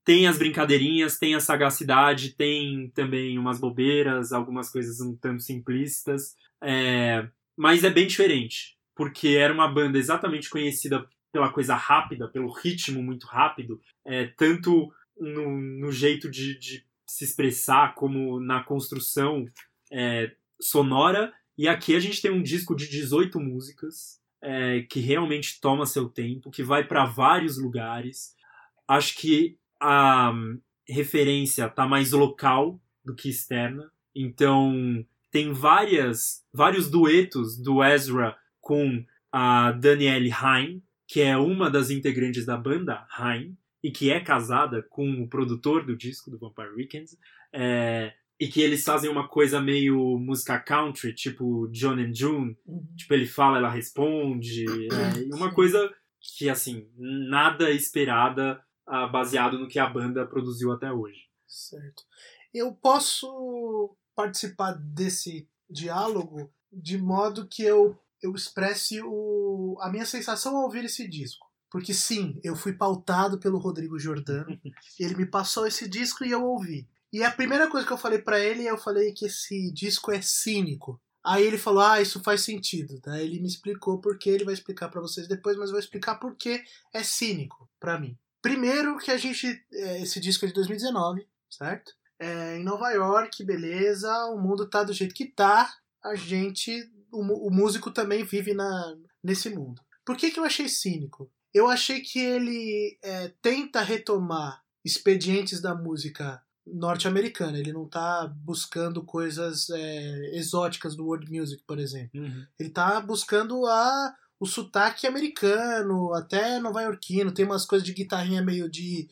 tem as brincadeirinhas, tem a sagacidade, tem também umas bobeiras, algumas coisas um tanto simplistas, é, mas é bem diferente, porque era uma banda exatamente conhecida pela coisa rápida, pelo ritmo muito rápido, é, tanto no, no jeito de, de se expressar como na construção é, sonora, e aqui a gente tem um disco de dezoito músicas, é, que realmente toma seu tempo, que vai para vários lugares. Acho que a referência tá mais local do que externa. Então, tem várias, vários duetos do Ezra com a Danielle Haim, que é uma das integrantes da banda Haim, e que é casada com o produtor do disco, do Vampire Weekend. É, e que eles fazem uma coisa meio música country, tipo John and June. Uhum. Tipo, ele fala, ela responde. É, e uma coisa que, assim, nada esperada, baseado no que a banda produziu até hoje. Certo. Eu posso participar desse diálogo de modo que eu, eu expresse o, a minha sensação ao ouvir esse disco. Porque sim, eu fui pautado pelo Rodrigo Giordano, ele me passou esse disco e eu ouvi. E a primeira coisa que eu falei pra ele, eu falei que esse disco é cínico. Aí ele falou, ah, isso faz sentido. Daí ele me explicou por que, ele vai explicar pra vocês depois, mas eu vou explicar por que é cínico pra mim. Primeiro que a gente, esse disco é de dois mil e dezenove, certo? É, em Nova York, beleza, o mundo tá do jeito que tá, a gente, o, o músico também vive na, nesse mundo. Por que que eu achei cínico? Eu achei que ele é, tenta retomar expedientes da música norte-americana, ele não tá buscando coisas é, exóticas do world music, por exemplo. Uhum. Ele tá buscando a... o sotaque americano, até nova-iorquino, tem umas coisas de guitarrinha meio de,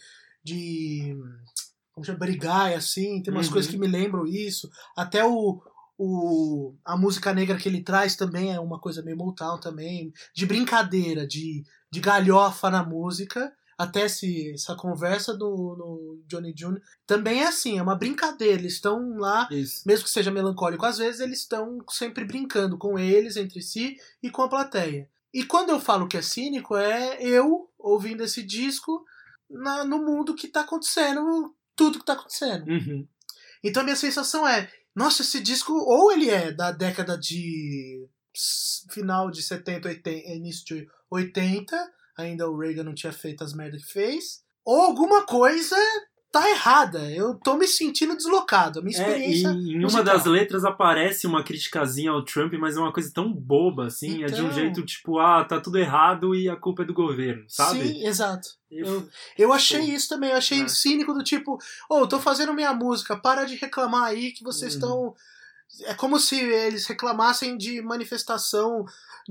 de como chama, brigai, assim, tem umas uhum. coisas que me lembram isso, até o, o, a música negra que ele traz também é uma coisa meio Motown também, de brincadeira, de, de galhofa na música, até esse, essa conversa do no Johnny Junior também é assim, é uma brincadeira, eles estão lá, isso. Mesmo que seja melancólico, às vezes eles estão sempre brincando com eles, entre si e com a plateia. E quando eu falo que é cínico, é eu ouvindo esse disco na, no mundo que tá acontecendo, tudo que tá acontecendo. Uhum. Então a minha sensação é, nossa, esse disco, ou ele é da década de final de setenta, oitenta, início de oitenta, ainda o Reagan não tinha feito as merdas que fez, ou alguma coisa tá errada. Eu tô me sentindo deslocado. A minha experiência. É, e em musical. Uma das letras aparece uma criticazinha ao Trump, mas é uma coisa tão boba, assim. Então... É de um jeito tipo, ah, tá tudo errado e a culpa é do governo, sabe? Sim, exato. Eu, eu achei Pô. isso também. Eu achei é. cínico do tipo, ô, oh, tô fazendo minha música, para de reclamar aí que vocês estão. Hum. É como se eles reclamassem de manifestação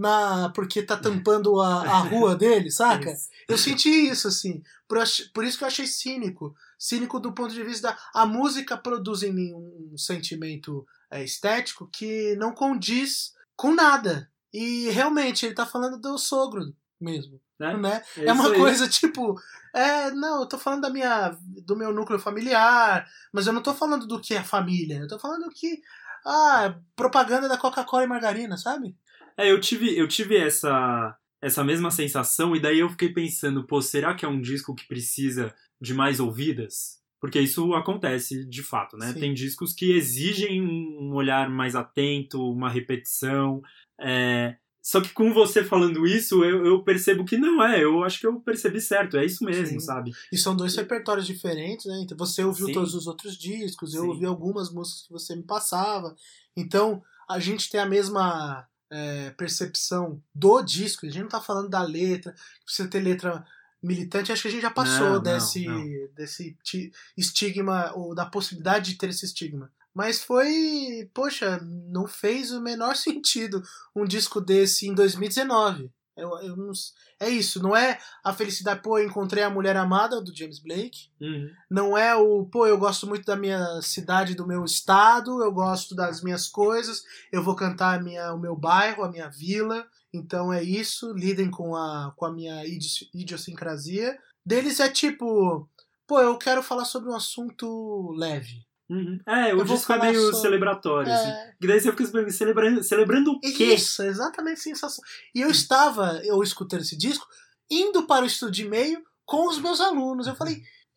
na porque tá tampando a, a rua dele, saca? Isso. Eu senti isso, assim. Por, por isso que eu achei cínico. Cínico do ponto de vista da... A música produz em mim um, um sentimento é, estético que não condiz com nada. E realmente, ele tá falando do sogro mesmo. É, né? é, é uma coisa aí. Tipo... É, não, eu tô falando da minha, do meu núcleo familiar, mas eu não tô falando do que é família. Eu tô falando do que... Ah, propaganda da Coca-Cola e margarina, sabe? É, eu tive, eu tive essa, essa mesma sensação e daí eu fiquei pensando, pô, será que é um disco que precisa de mais ouvidas? Porque isso acontece de fato, né? Sim. Tem discos que exigem um olhar mais atento, uma repetição. É... Só que com você falando isso, eu, eu percebo que não é. Eu acho que eu percebi certo, é isso mesmo, Sim. sabe? E são dois repertórios diferentes, né? Então você ouviu Sim. todos os outros discos, eu Sim. ouvi algumas músicas que você me passava. Então a gente tem a mesma é, percepção do disco. A gente não tá falando da letra, precisa ter letra militante. Acho que a gente já passou não, desse, não, não. desse estigma, ou da possibilidade de ter esse estigma. Mas foi, poxa, não fez o menor sentido um disco desse em dois mil e dezenove. Eu, eu não, é isso, não é a felicidade, pô, eu encontrei a mulher amada do James Blake. Uhum. Não é o, pô, eu gosto muito da minha cidade, do meu estado, eu gosto das minhas coisas, eu vou cantar a minha, o meu bairro, a minha vila. Então é isso, lidem com a, com a minha idiosincrasia. Deles é tipo, pô, eu quero falar sobre um assunto leve. Uhum. É, o disco é meio sobre... celebratório, é... assim. E daí você fica celebrando, celebrando o quê? Isso, exatamente, sensação. E eu estava, eu escutando esse disco, indo para o estúdio de e-mail com os meus alunos. Eu falei,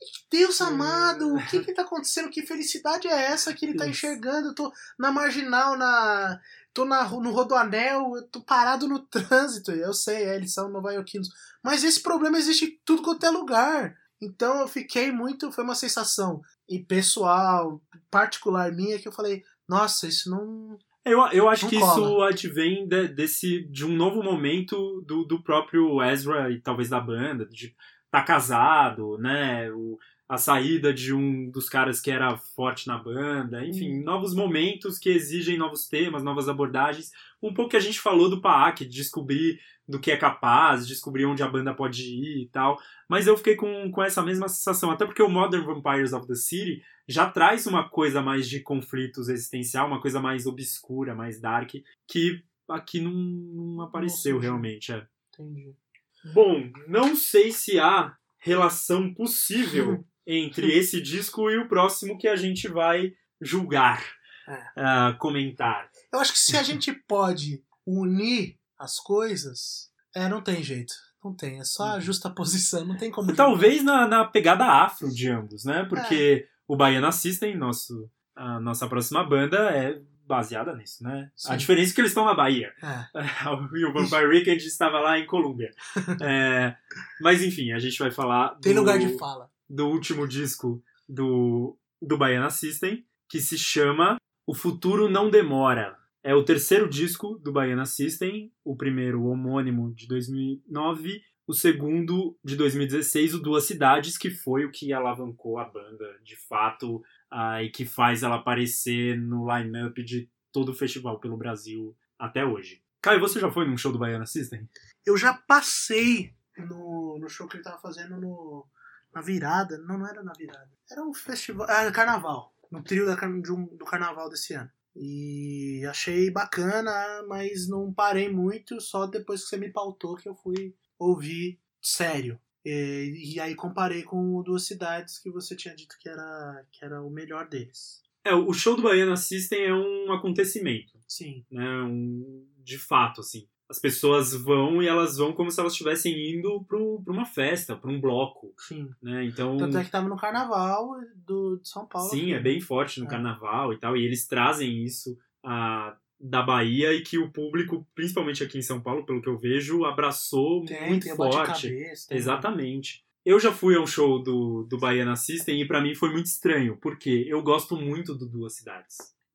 Deus amado, o que que tá acontecendo? Que felicidade é essa que ele tá Isso. enxergando? Eu tô na marginal, na... tô na, no Rodoanel, eu tô parado no trânsito. Eu sei, é, eles são novaiorquinos. Mas esse problema existe em tudo quanto é lugar. Então eu fiquei muito... Foi uma sensação e pessoal, particular minha, que eu falei, nossa, isso não... Eu, eu acho Não que cola. isso advém de, desse, de um novo momento do, do próprio Ezra e talvez da banda, de tá casado, né? O, a saída de um dos caras que era forte na banda, enfim, Hum. novos momentos que exigem novos temas, novas abordagens. Um pouco que a gente falou do Paak, de descobrir do que é capaz, descobrir onde a banda pode ir e tal. Mas eu fiquei com, com essa mesma sensação, até porque o Modern Vampires of the City já traz uma coisa mais de conflitos existencial, uma coisa mais obscura, mais dark, que aqui não, não apareceu Não surgiu. realmente. É. Entendi. Bom, não sei se há relação possível entre esse disco e o próximo que a gente vai julgar, É. uh, comentar. Eu acho que se a gente pode unir as coisas, é, não tem jeito. Não tem, é só a justa posição, não tem como... Talvez na, na pegada afro de ambos, né? Porque é. o Baiana System, nosso, a nossa próxima banda, é baseada nisso, né? Sim. A diferença é que eles estão na Bahia. É. E o Vampire Weekend estava lá em Colômbia. É, mas enfim, a gente vai falar... Tem do, lugar de fala. Do último disco do, do Baiana System, que se chama O Futuro Não Demora. É o terceiro disco do Baiana System, o primeiro homônimo de dois mil e nove, o segundo de dois mil e dezesseis, o Duas Cidades, que foi o que alavancou a banda de fato uh, e que faz ela aparecer no line-up de todo o festival pelo Brasil até hoje. Caio, você já foi num show do Baiana System? Eu já passei no, no show que ele tava fazendo no, na virada, não, não era na virada, era um festival, era carnaval, no trio da, de um, do carnaval desse ano. E achei bacana, mas não parei muito, só depois que você me pautou que eu fui ouvir sério. E, e aí comparei com o Duas Cidades, que você tinha dito que era, que era o melhor deles. É, o show do Baiana System é um acontecimento. Sim. Né, um, de fato, assim. As pessoas vão e elas vão como se elas estivessem indo para uma festa, para um bloco. Sim. Né? Então, tanto é que tava no carnaval do, de São Paulo. Sim, aqui. É bem forte no é. carnaval e tal. E eles trazem isso a, da Bahia e que o público, principalmente aqui em São Paulo, pelo que eu vejo, abraçou tem, muito tem forte. Cabeça, tem Exatamente. Eu já fui ao show do, do Baiana System e pra mim foi muito estranho, porque eu gosto muito do Duas Cidades.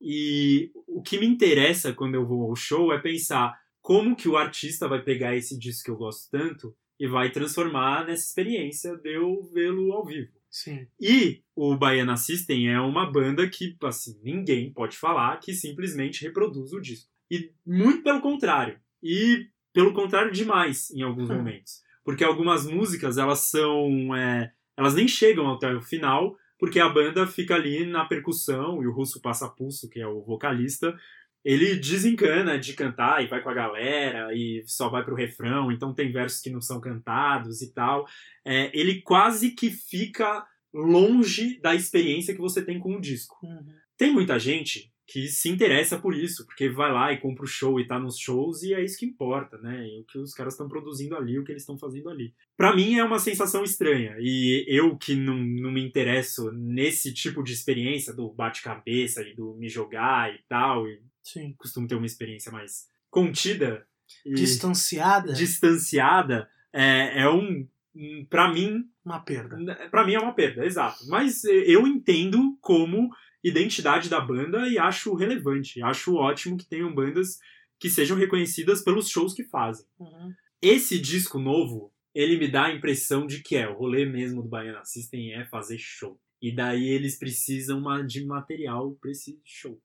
E o que me interessa quando eu vou ao show é pensar como que o artista vai pegar esse disco que eu gosto tanto e vai transformar nessa experiência de eu vê-lo ao vivo. Sim. E o Baiana System é uma banda que, assim, ninguém pode falar que simplesmente reproduz o disco. E muito pelo contrário. E pelo contrário demais em alguns hum. momentos. Porque algumas músicas, elas são... É, elas nem chegam até o final, porque a banda fica ali na percussão e o Russo Passapulso, que é o vocalista, ele desencana de cantar e vai com a galera e só vai pro refrão, então tem versos que não são cantados e tal. É, ele quase que fica longe da experiência que você tem com o disco. Uhum. Tem muita gente que se interessa por isso, porque vai lá e compra o show e tá nos shows e é isso que importa, né? E o que os caras estão produzindo ali, o que eles estão fazendo ali. Pra mim é uma sensação estranha, e eu que não, não me interesso nesse tipo de experiência do bate-cabeça e do me jogar e tal, e Sim. costumo ter uma experiência mais contida e distanciada, distanciada é, é um, um pra mim uma perda. Pra mim é uma perda, exato. Mas eu entendo como identidade da banda e acho relevante. Acho ótimo que tenham bandas que sejam reconhecidas pelos shows que fazem. Uhum. Esse disco novo, ele me dá a impressão de que é o rolê mesmo do Baiana System é fazer show. E daí eles precisam de material pra esse show.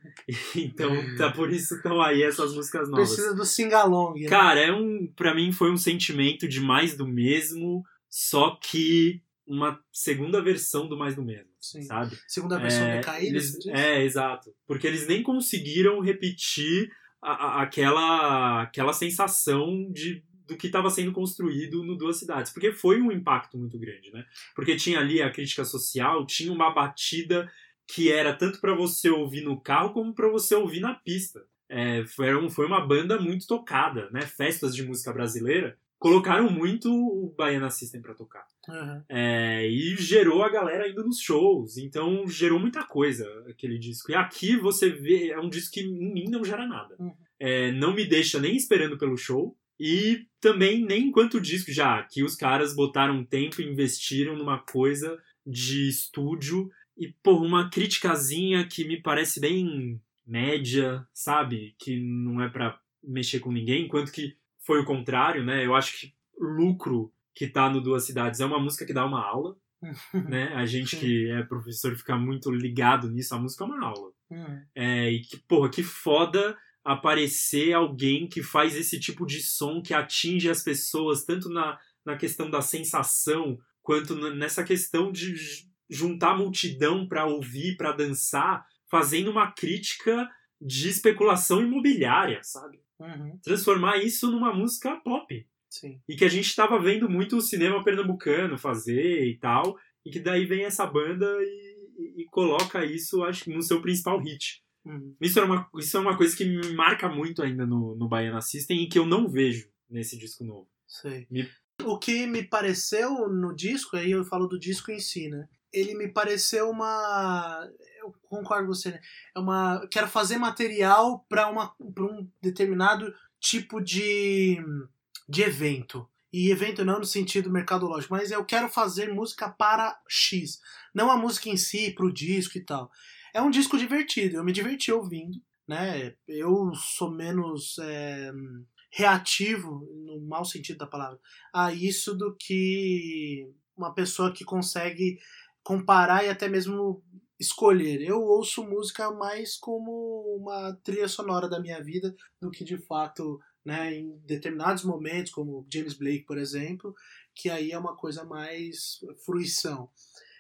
Então, tá por isso estão aí essas músicas novas. Precisa do sing-along. Né? Cara, é um, pra mim foi um sentimento de mais do mesmo, só que uma segunda versão do mais do mesmo, Sim. sabe? Segunda versão é, decaída? Eles, é, exato. Porque eles nem conseguiram repetir a, a, aquela, aquela sensação de, do que estava sendo construído no Duas Cidades. Porque foi um impacto muito grande, né? Porque tinha ali a crítica social, tinha uma batida que era tanto para você ouvir no carro como para você ouvir na pista. É, foi, um, foi uma banda muito tocada, né? Festas de música brasileira, colocaram muito o Baiana System pra tocar. Uhum. É, e gerou a galera indo nos shows. Então gerou muita coisa aquele disco. E aqui você vê, é um disco que em mim não gera nada. Uhum. É, não me deixa nem esperando pelo show. E também nem enquanto disco já. Que os caras botaram tempo e investiram numa coisa de estúdio. E, pô, uma criticazinha que me parece bem média, sabe? Que não é pra mexer com ninguém. Enquanto que foi o contrário, né? Eu acho que Lucro, que tá no Duas Cidades, é uma música que dá uma aula, né? A gente que é professor fica muito ligado nisso, a música é uma aula. Uhum. É, e que, porra, que foda aparecer alguém que faz esse tipo de som que atinge as pessoas, tanto na, na questão da sensação, quanto nessa questão de juntar a multidão pra ouvir, pra dançar, fazendo uma crítica de especulação imobiliária, sabe? Uhum. Transformar isso numa música pop. Sim. E que a gente tava vendo muito o cinema pernambucano fazer e tal, e que daí vem essa banda e, e, e coloca isso, acho que no seu principal hit. Uhum. Isso é uma, isso é uma coisa que me marca muito ainda no, no Baiana System e que eu não vejo nesse disco novo. Sei. Me... O que me pareceu no disco, aí eu falo do disco em si, né? Ele me pareceu uma... Eu concordo com você, né? É uma... Quero fazer material para uma... para um determinado tipo de... de evento. E evento não no sentido mercadológico, mas eu quero fazer música para X. Não a música em si, pro disco e tal. É um disco divertido, eu me diverti ouvindo, né? Eu sou menos é, reativo, no mau sentido da palavra, a isso do que uma pessoa que consegue comparar e até mesmo escolher. Eu ouço música mais como uma trilha sonora da minha vida do que de fato, né, em determinados momentos, como James Blake, por exemplo, que aí é uma coisa mais fruição.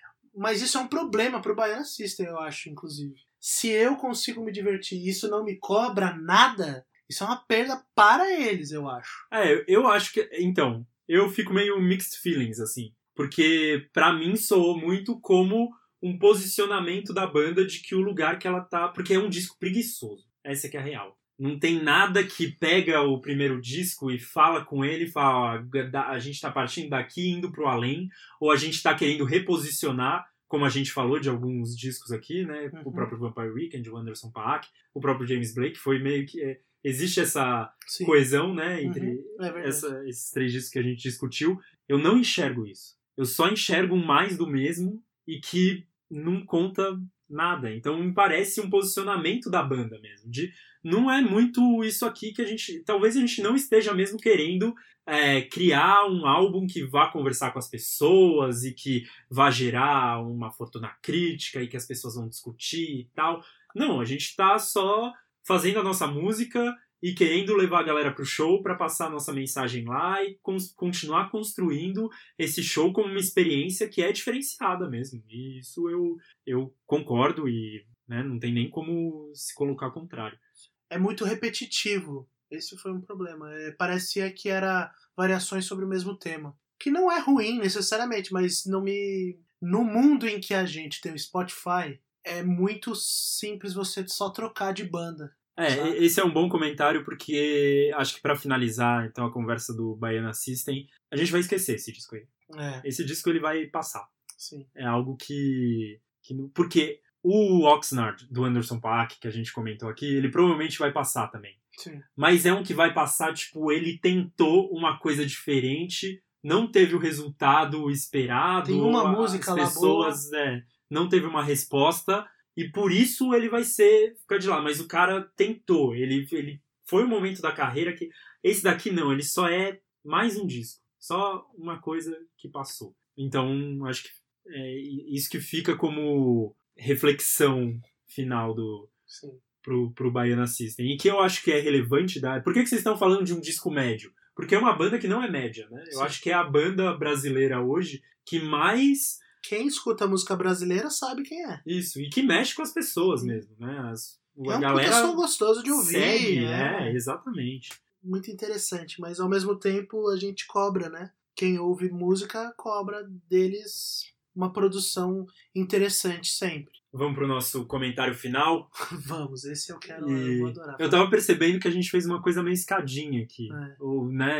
Mas isso é um problema pro Baiana System, eu acho, inclusive. Se eu consigo me divertir e isso não me cobra nada, isso é uma perda para eles, eu acho. É, eu acho que... Então, eu fico meio mixed feelings, assim. Porque pra mim soou muito como um posicionamento da banda de que o lugar que ela tá... Porque é um disco preguiçoso. Essa que é a real. Não tem nada que pega o primeiro disco e fala com ele e fala, ó, a gente tá partindo daqui indo pro além, ou a gente tá querendo reposicionar, como a gente falou de alguns discos aqui, né? Uhum. O próprio Vampire Weekend, o Anderson .Paak, o próprio James Blake, foi meio que... É, existe essa Sim. coesão, né? Entre uhum. é essa, esses três discos que a gente discutiu. Eu não enxergo isso. Eu só enxergo um mais do mesmo e que não conta nada. Então me parece um posicionamento da banda mesmo. De, não é muito isso aqui que a gente... Talvez a gente não esteja mesmo querendo é, criar um álbum que vá conversar com as pessoas e que vá gerar uma fortuna crítica e que as pessoas vão discutir e tal. Não, a gente tá só fazendo a nossa música e querendo levar a galera pro show para passar a nossa mensagem lá e cons- continuar construindo esse show como uma experiência que é diferenciada mesmo. E isso eu, eu concordo e, né, não tem nem como se colocar ao contrário. É muito repetitivo. Esse foi um problema. É, parecia que era variações sobre o mesmo tema. Que não é ruim necessariamente, mas não me... No mundo em que a gente tem o Spotify, é muito simples você só trocar de banda. É, sabe? Esse é um bom comentário porque acho que pra finalizar então a conversa do Baiana System, a gente vai esquecer esse disco aí. É. Esse disco ele vai passar. Sim. É algo que... que porque o Oxnard, do Anderson .Paak, que a gente comentou aqui, ele provavelmente vai passar também. Sim. Mas é um que vai passar, tipo, ele tentou uma coisa diferente, não teve o resultado esperado. Tem uma música as lá pessoas, boa. É, não teve uma resposta, e por isso ele vai ser, ficar de lá. Mas o cara tentou, ele, ele foi um momento da carreira que... Esse daqui não, ele só é mais um disco, só uma coisa que passou. Então, acho que é isso que fica como reflexão final do... Sim. Pro, pro Baiana System. E que eu acho que é relevante da... Por que, que vocês estão falando de um disco médio? Porque é uma banda que não é média, né? Eu Sim. acho que é a banda brasileira hoje que mais... Quem escuta música brasileira sabe quem é. Isso, e que mexe com as pessoas mesmo, né? As, a é um galera som gostoso de ouvir. Segue, né? É, exatamente. Muito interessante, mas ao mesmo tempo a gente cobra, né? Quem ouve música cobra deles uma produção interessante sempre. Vamos pro nosso comentário final? Vamos, esse eu quero, e eu vou adorar. Eu tava percebendo que a gente fez uma coisa meio escadinha aqui. É. Ou, né,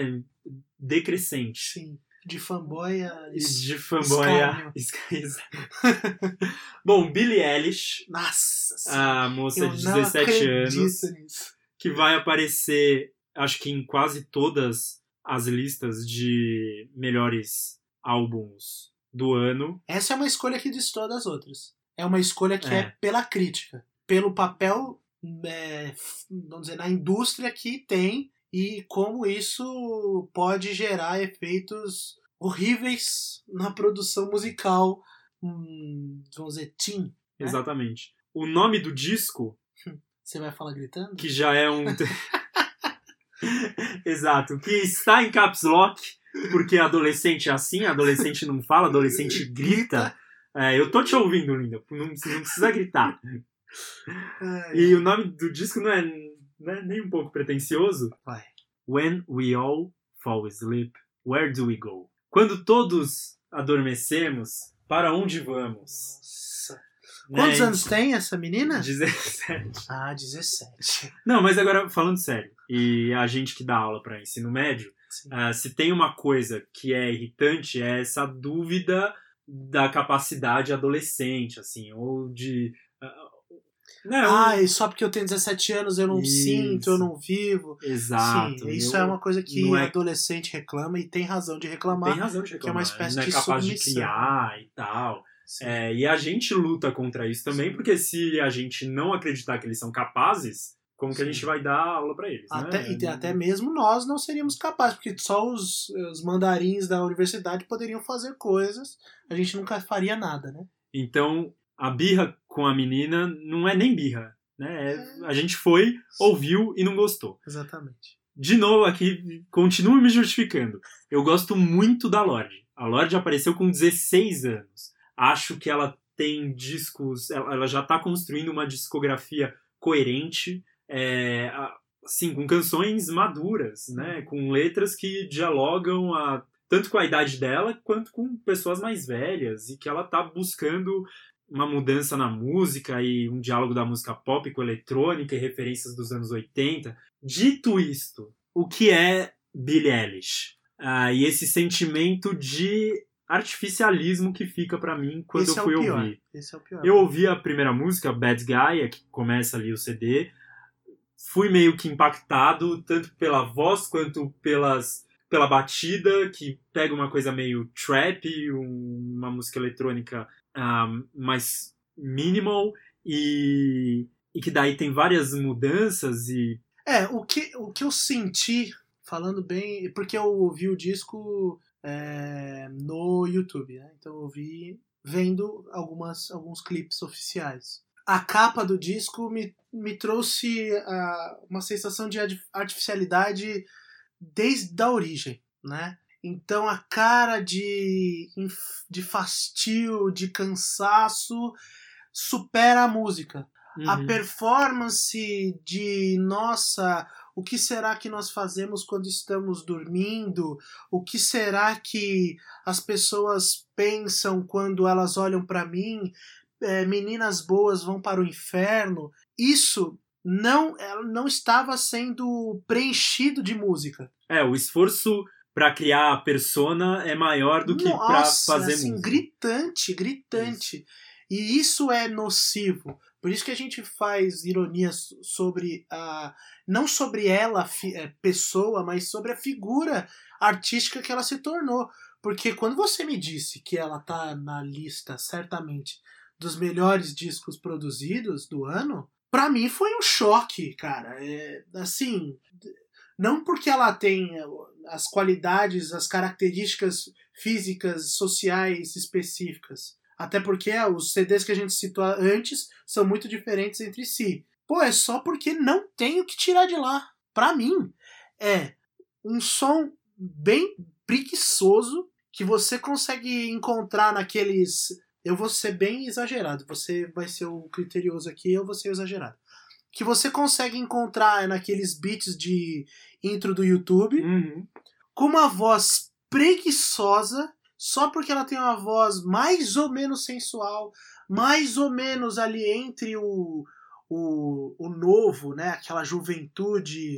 decrescente. Sim. De fanboy a... De fanboy a... Bom, Billie Eilish. Nossa a moça eu de dezessete anos. Nisso. Que vai aparecer, acho que em quase todas as listas de melhores álbuns do ano. Essa é uma escolha que destoa das outras. É uma escolha que é, é pela crítica. Pelo papel, é, vamos dizer, na indústria que tem e como isso pode gerar efeitos horríveis na produção musical, hum, vamos dizer, teen. Né? Exatamente. O nome do disco... Você vai falar gritando? Que já é um... Exato. Que está em caps lock, porque adolescente é assim, adolescente não fala, adolescente grita. É, eu tô te ouvindo, linda. Não, não precisa gritar. Ai, e ai. O nome do disco não é, não é nem um pouco pretencioso. Vai. When we all fall asleep, where do we go? Quando todos adormecemos, para onde vamos? Nossa. Quantos né? anos tem essa menina? dezessete. Ah, dezessete. Não, mas agora, falando sério, e a gente que dá aula para ensino médio, uh, se tem uma coisa que é irritante, é essa dúvida da capacidade adolescente, assim, ou de... Uh, não, ah, e só porque eu tenho dezessete anos eu não isso. sinto, eu não vivo. Exato. Sim, isso eu, é uma coisa que é... adolescente reclama e tem razão de reclamar. Tem razão de reclamar. Que é uma espécie não de é capaz submissão. de criar e tal. É, e a gente luta contra isso também, Sim. porque se a gente não acreditar que eles são capazes, como Sim. que a gente vai dar aula pra eles? Até, né? E até mesmo nós não seríamos capazes, porque só os, os mandarins da universidade poderiam fazer coisas, a gente nunca faria nada, né? Então, a birra com a menina não é nem birra, né? É, a gente foi, ouviu e não gostou. Exatamente. De novo aqui, continuo me justificando. Eu gosto muito da Lorde. A Lorde apareceu com dezesseis anos. Acho que ela tem discos... Ela já está construindo uma discografia coerente, é, assim, com canções maduras, né? Com letras que dialogam a, tanto com a idade dela quanto com pessoas mais velhas, e que ela está buscando uma mudança na música e um diálogo da música pop com eletrônica e referências dos anos oitenta. Dito isto, o que é Billie Eilish? Ah, e esse sentimento de artificialismo que fica pra mim quando Esse eu fui é o pior. ouvir. Esse é o pior. Eu ouvi a primeira música, Bad Guy, é que começa ali o C D. Fui meio que impactado, tanto pela voz quanto pelas, pela batida, que pega uma coisa meio trap, um, uma música eletrônica um, mais minimal, e, e que daí tem várias mudanças e... É, o que, o que eu senti, falando bem, porque eu ouvi o disco... É, no YouTube, né? Então eu ouvi vendo algumas, alguns clipes oficiais. A capa do disco me, me trouxe uh, uma sensação de artificialidade desde a origem, né? Então a cara de, de fastio, de cansaço supera a música. Uhum. A performance de nossa... O que será que nós fazemos quando estamos dormindo? O que será que as pessoas pensam quando elas olham para mim? É, meninas boas vão para o inferno. Isso não, não estava sendo preenchido de música. É, o esforço para criar a persona é maior do que para fazer assim, música. Gritante, gritante. Isso. E isso é nocivo. Por isso que a gente faz ironias sobre a... não sobre ela, a pessoa, mas sobre a figura artística que ela se tornou. Porque quando você me disse que ela tá na lista, certamente, dos melhores discos produzidos do ano, pra mim foi um choque, cara. É, assim, não porque ela tem as qualidades, as características físicas, sociais específicas. Até porque os C Ds que a gente citou antes são muito diferentes entre si. Pô, é só porque não tem o que tirar de lá. Pra mim, é um som bem preguiçoso que você consegue encontrar naqueles... Eu vou ser bem exagerado. Você vai ser o criterioso aqui, eu vou ser o exagerado. Que você consegue encontrar naqueles beats de intro do YouTube, uhum. com uma voz preguiçosa, só porque ela tem uma voz mais ou menos sensual, mais ou menos ali entre o, o, o novo, né, aquela juventude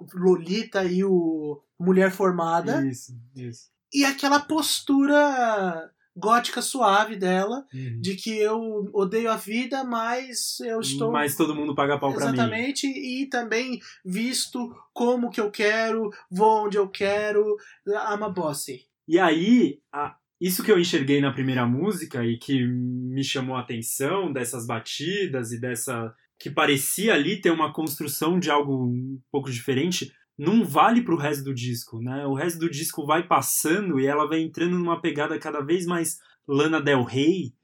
Lolita e o Mulher Formada. Isso, isso. E aquela postura gótica suave dela, Uhum. de que eu odeio a vida, mas eu estou... Mas todo mundo paga pau pra mim. Exatamente, e também visto como que eu quero, vou onde eu quero, I'm a bossy. E aí, a, isso que eu enxerguei na primeira música e que me chamou a atenção, dessas batidas e dessa... que parecia ali ter uma construção de algo um pouco diferente, não vale pro resto do disco, né? O resto do disco vai passando e ela vai entrando numa pegada cada vez mais Lana Del Rey,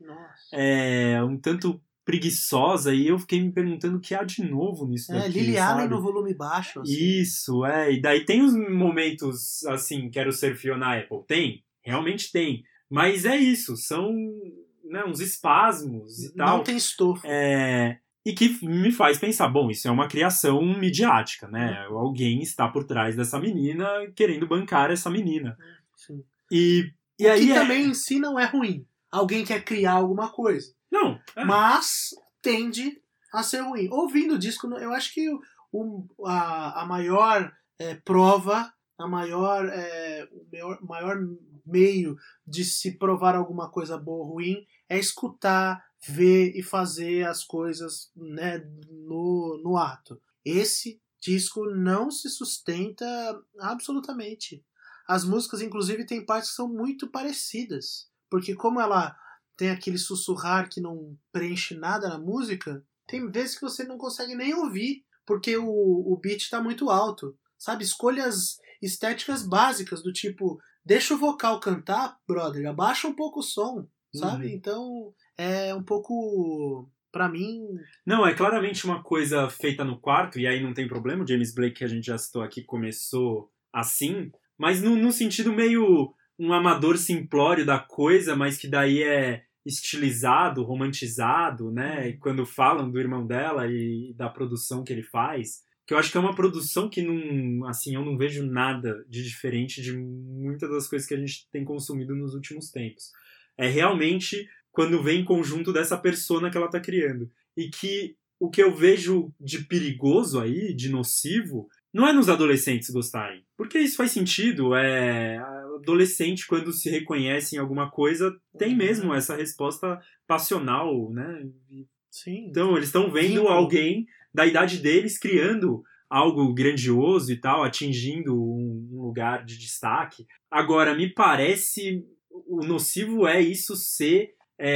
é, um tanto preguiçosa, e eu fiquei me perguntando o que há de novo nisso é, daqui, Lily sabe? Allen no volume baixo. Assim. Isso, é. E daí tem os momentos, assim, quero ser Fiona Apple. Tem, realmente tem. Mas é isso, são, né, uns espasmos e Não tal. Não tem estofo. É... E que me faz pensar, bom, isso é uma criação midiática, né? Uhum. Alguém está por trás dessa menina querendo bancar essa menina. Sim. E, e o aí que é... também em si não é ruim. Alguém quer criar alguma coisa. Não. É. Mas tende a ser ruim. Ouvindo o disco, eu acho que o, a, a maior é, prova, a maior, é, o maior, maior meio de se provar alguma coisa boa ou ruim é escutar, ver e fazer as coisas, né, no, no ato. Esse disco não se sustenta absolutamente. As músicas, inclusive, tem partes que são muito parecidas. Porque como ela tem aquele sussurrar que não preenche nada na música, tem vezes que você não consegue nem ouvir, porque o, o beat está muito alto. Sabe? Escolhas estéticas básicas, do tipo, deixa o vocal cantar, brother, abaixa um pouco o som, sabe? Uhum. Então, é um pouco, pra mim... Não, é claramente uma coisa feita no quarto, e aí não tem problema, o James Blake, que a gente já citou aqui, começou assim, mas no, no sentido meio um amador simplório da coisa, mas que daí é estilizado, romantizado, né? E quando falam do irmão dela e da produção que ele faz, que eu acho que é uma produção que não, assim, eu não vejo nada de diferente de muitas das coisas que a gente tem consumido nos últimos tempos. É realmente quando vem em conjunto dessa persona que ela tá criando. E que o que eu vejo de perigoso aí, de nocivo, não é nos adolescentes gostarem. Porque isso faz sentido. É... Adolescente, quando se reconhece em alguma coisa, tem mesmo essa resposta passional, né? Sim. Então, eles estão vendo Sim. alguém da idade deles criando algo grandioso e tal, atingindo um lugar de destaque. Agora, me parece... O nocivo é isso ser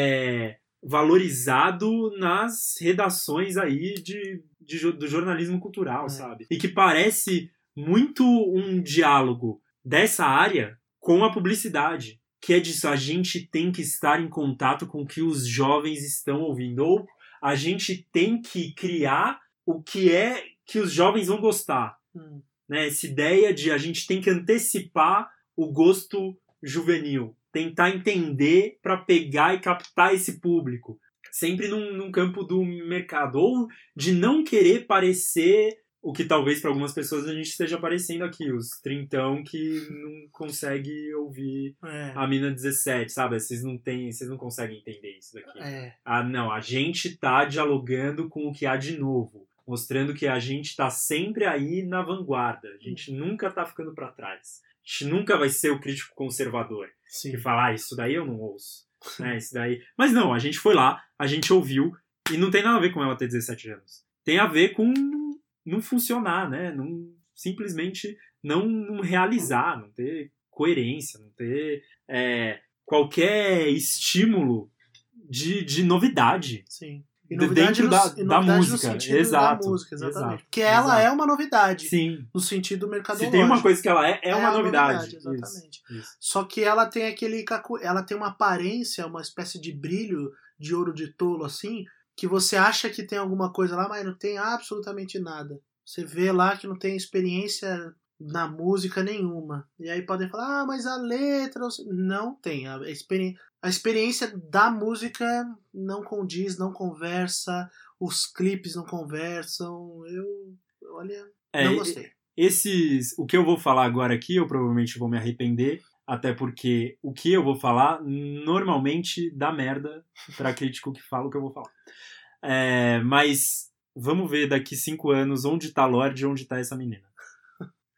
é, valorizado nas redações aí de, de, do jornalismo cultural, é. sabe? E que parece muito um diálogo dessa área com a publicidade, que é disso, a gente tem que estar em contato com o que os jovens estão ouvindo, ou a gente tem que criar o que é que os jovens vão gostar. Hum. Né? Essa ideia de a gente tem que antecipar o gosto juvenil, tentar entender para pegar e captar esse público, sempre num, num campo do mercado, ou de não querer parecer o que talvez para algumas pessoas a gente esteja parecendo aqui, os trintão que não consegue ouvir é. a mina dezessete, sabe? Vocês não tem, vocês não conseguem entender isso daqui. É. Ah, não, a gente tá dialogando com o que há de novo, mostrando que a gente tá sempre aí na vanguarda, a gente hum. nunca tá ficando para trás. A gente nunca vai ser o crítico conservador Sim. que fala, ah, isso daí eu não ouço. né, isso daí... Mas não, a gente foi lá, a gente ouviu, e não tem nada a ver com ela ter dezessete anos. Tem a ver com não funcionar, né? Não, simplesmente não, não realizar, não ter coerência, não ter é, qualquer estímulo de, de novidade. Sim. E novidade dentro no, da, e novidade da música. No sentido exato, da música, exatamente. Exato, Porque ela exato. é uma novidade. Sim. No sentido mercadológico. Se tem uma coisa que ela é, é, é uma novidade. novidade exatamente. Isso, isso. Só que ela tem aquele ela tem uma aparência, uma espécie de brilho de ouro de tolo, assim, que você acha que tem alguma coisa lá, mas não tem absolutamente nada. Você vê lá que não tem experiência na música nenhuma. E aí podem falar, ah, mas a letra... Não tem. A, experi... a experiência da música não condiz, não conversa, os clipes não conversam. Eu, olha, é, não gostei. Esses... O que eu vou falar agora aqui, eu provavelmente vou me arrepender, até porque o que eu vou falar normalmente dá merda pra crítico que fala o que eu vou falar. É, mas... Vamos ver daqui cinco anos onde tá Lorde e onde tá essa menina.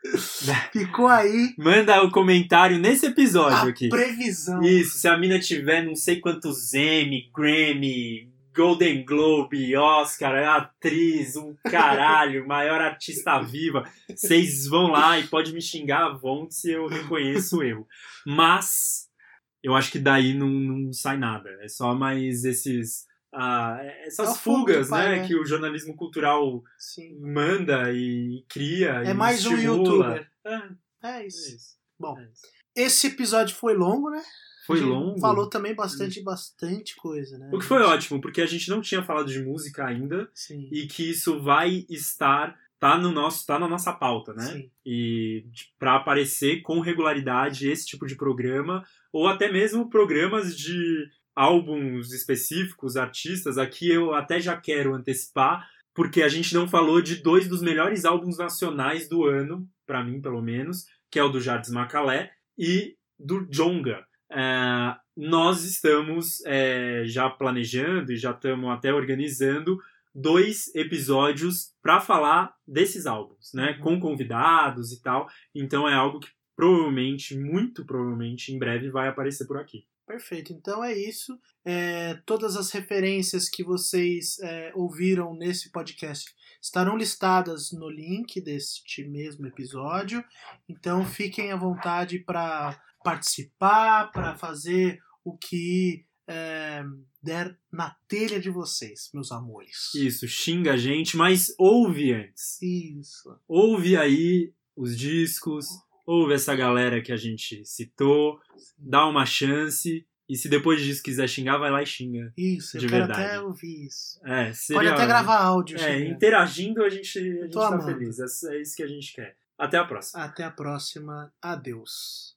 Ficou aí. Manda o comentário nesse episódio a aqui. Previsão. Isso, se a mina tiver não sei quantos Emmy, Grammy, Golden Globe, Oscar, atriz, um caralho, maior artista viva, vocês vão lá e pode me xingar à vontade se eu reconheço o erro. Mas eu acho que daí não, não sai nada. É só mais esses... Ah, essas é fugas, pai, né, né, que o jornalismo cultural Sim. manda e cria é e mais estimula. um youtuber. É, é, isso. é isso. Bom, é isso. Esse episódio foi longo, né? Foi longo. Falou também bastante, bastante coisa, né? O que foi ótimo, porque a gente não tinha falado de música ainda. Sim. E que isso vai estar, tá, no nosso, tá na nossa pauta, né? Sim. E para aparecer com regularidade esse tipo de programa, ou até mesmo programas de álbuns específicos, artistas. Aqui eu até já quero antecipar, porque a gente não falou de dois dos melhores álbuns nacionais do ano, para mim pelo menos, que é o do Jardim Macalé e do Djonga. É, nós estamos é, já planejando e já estamos até organizando dois episódios para falar desses álbuns, né? Uhum. Com convidados e tal. Então é algo que provavelmente, muito provavelmente, em breve vai aparecer por aqui. Perfeito, então é isso. É, todas as referências que vocês é, ouviram nesse podcast estarão listadas no link deste mesmo episódio. Então fiquem à vontade para participar, para fazer o que é, der na telha de vocês, meus amores. Isso, xinga a gente, mas ouve antes. Isso. Ouve aí os discos, ouve essa galera que a gente citou, Sim. dá uma chance, e se depois disso quiser xingar, vai lá e xinga. Isso, eu de quero verdade. até ouvir isso. É, seria... Pode até gravar áudio. É, xingando. interagindo a gente, a gente tá amando. feliz, é isso que a gente quer. Até a próxima. Até a próxima, adeus.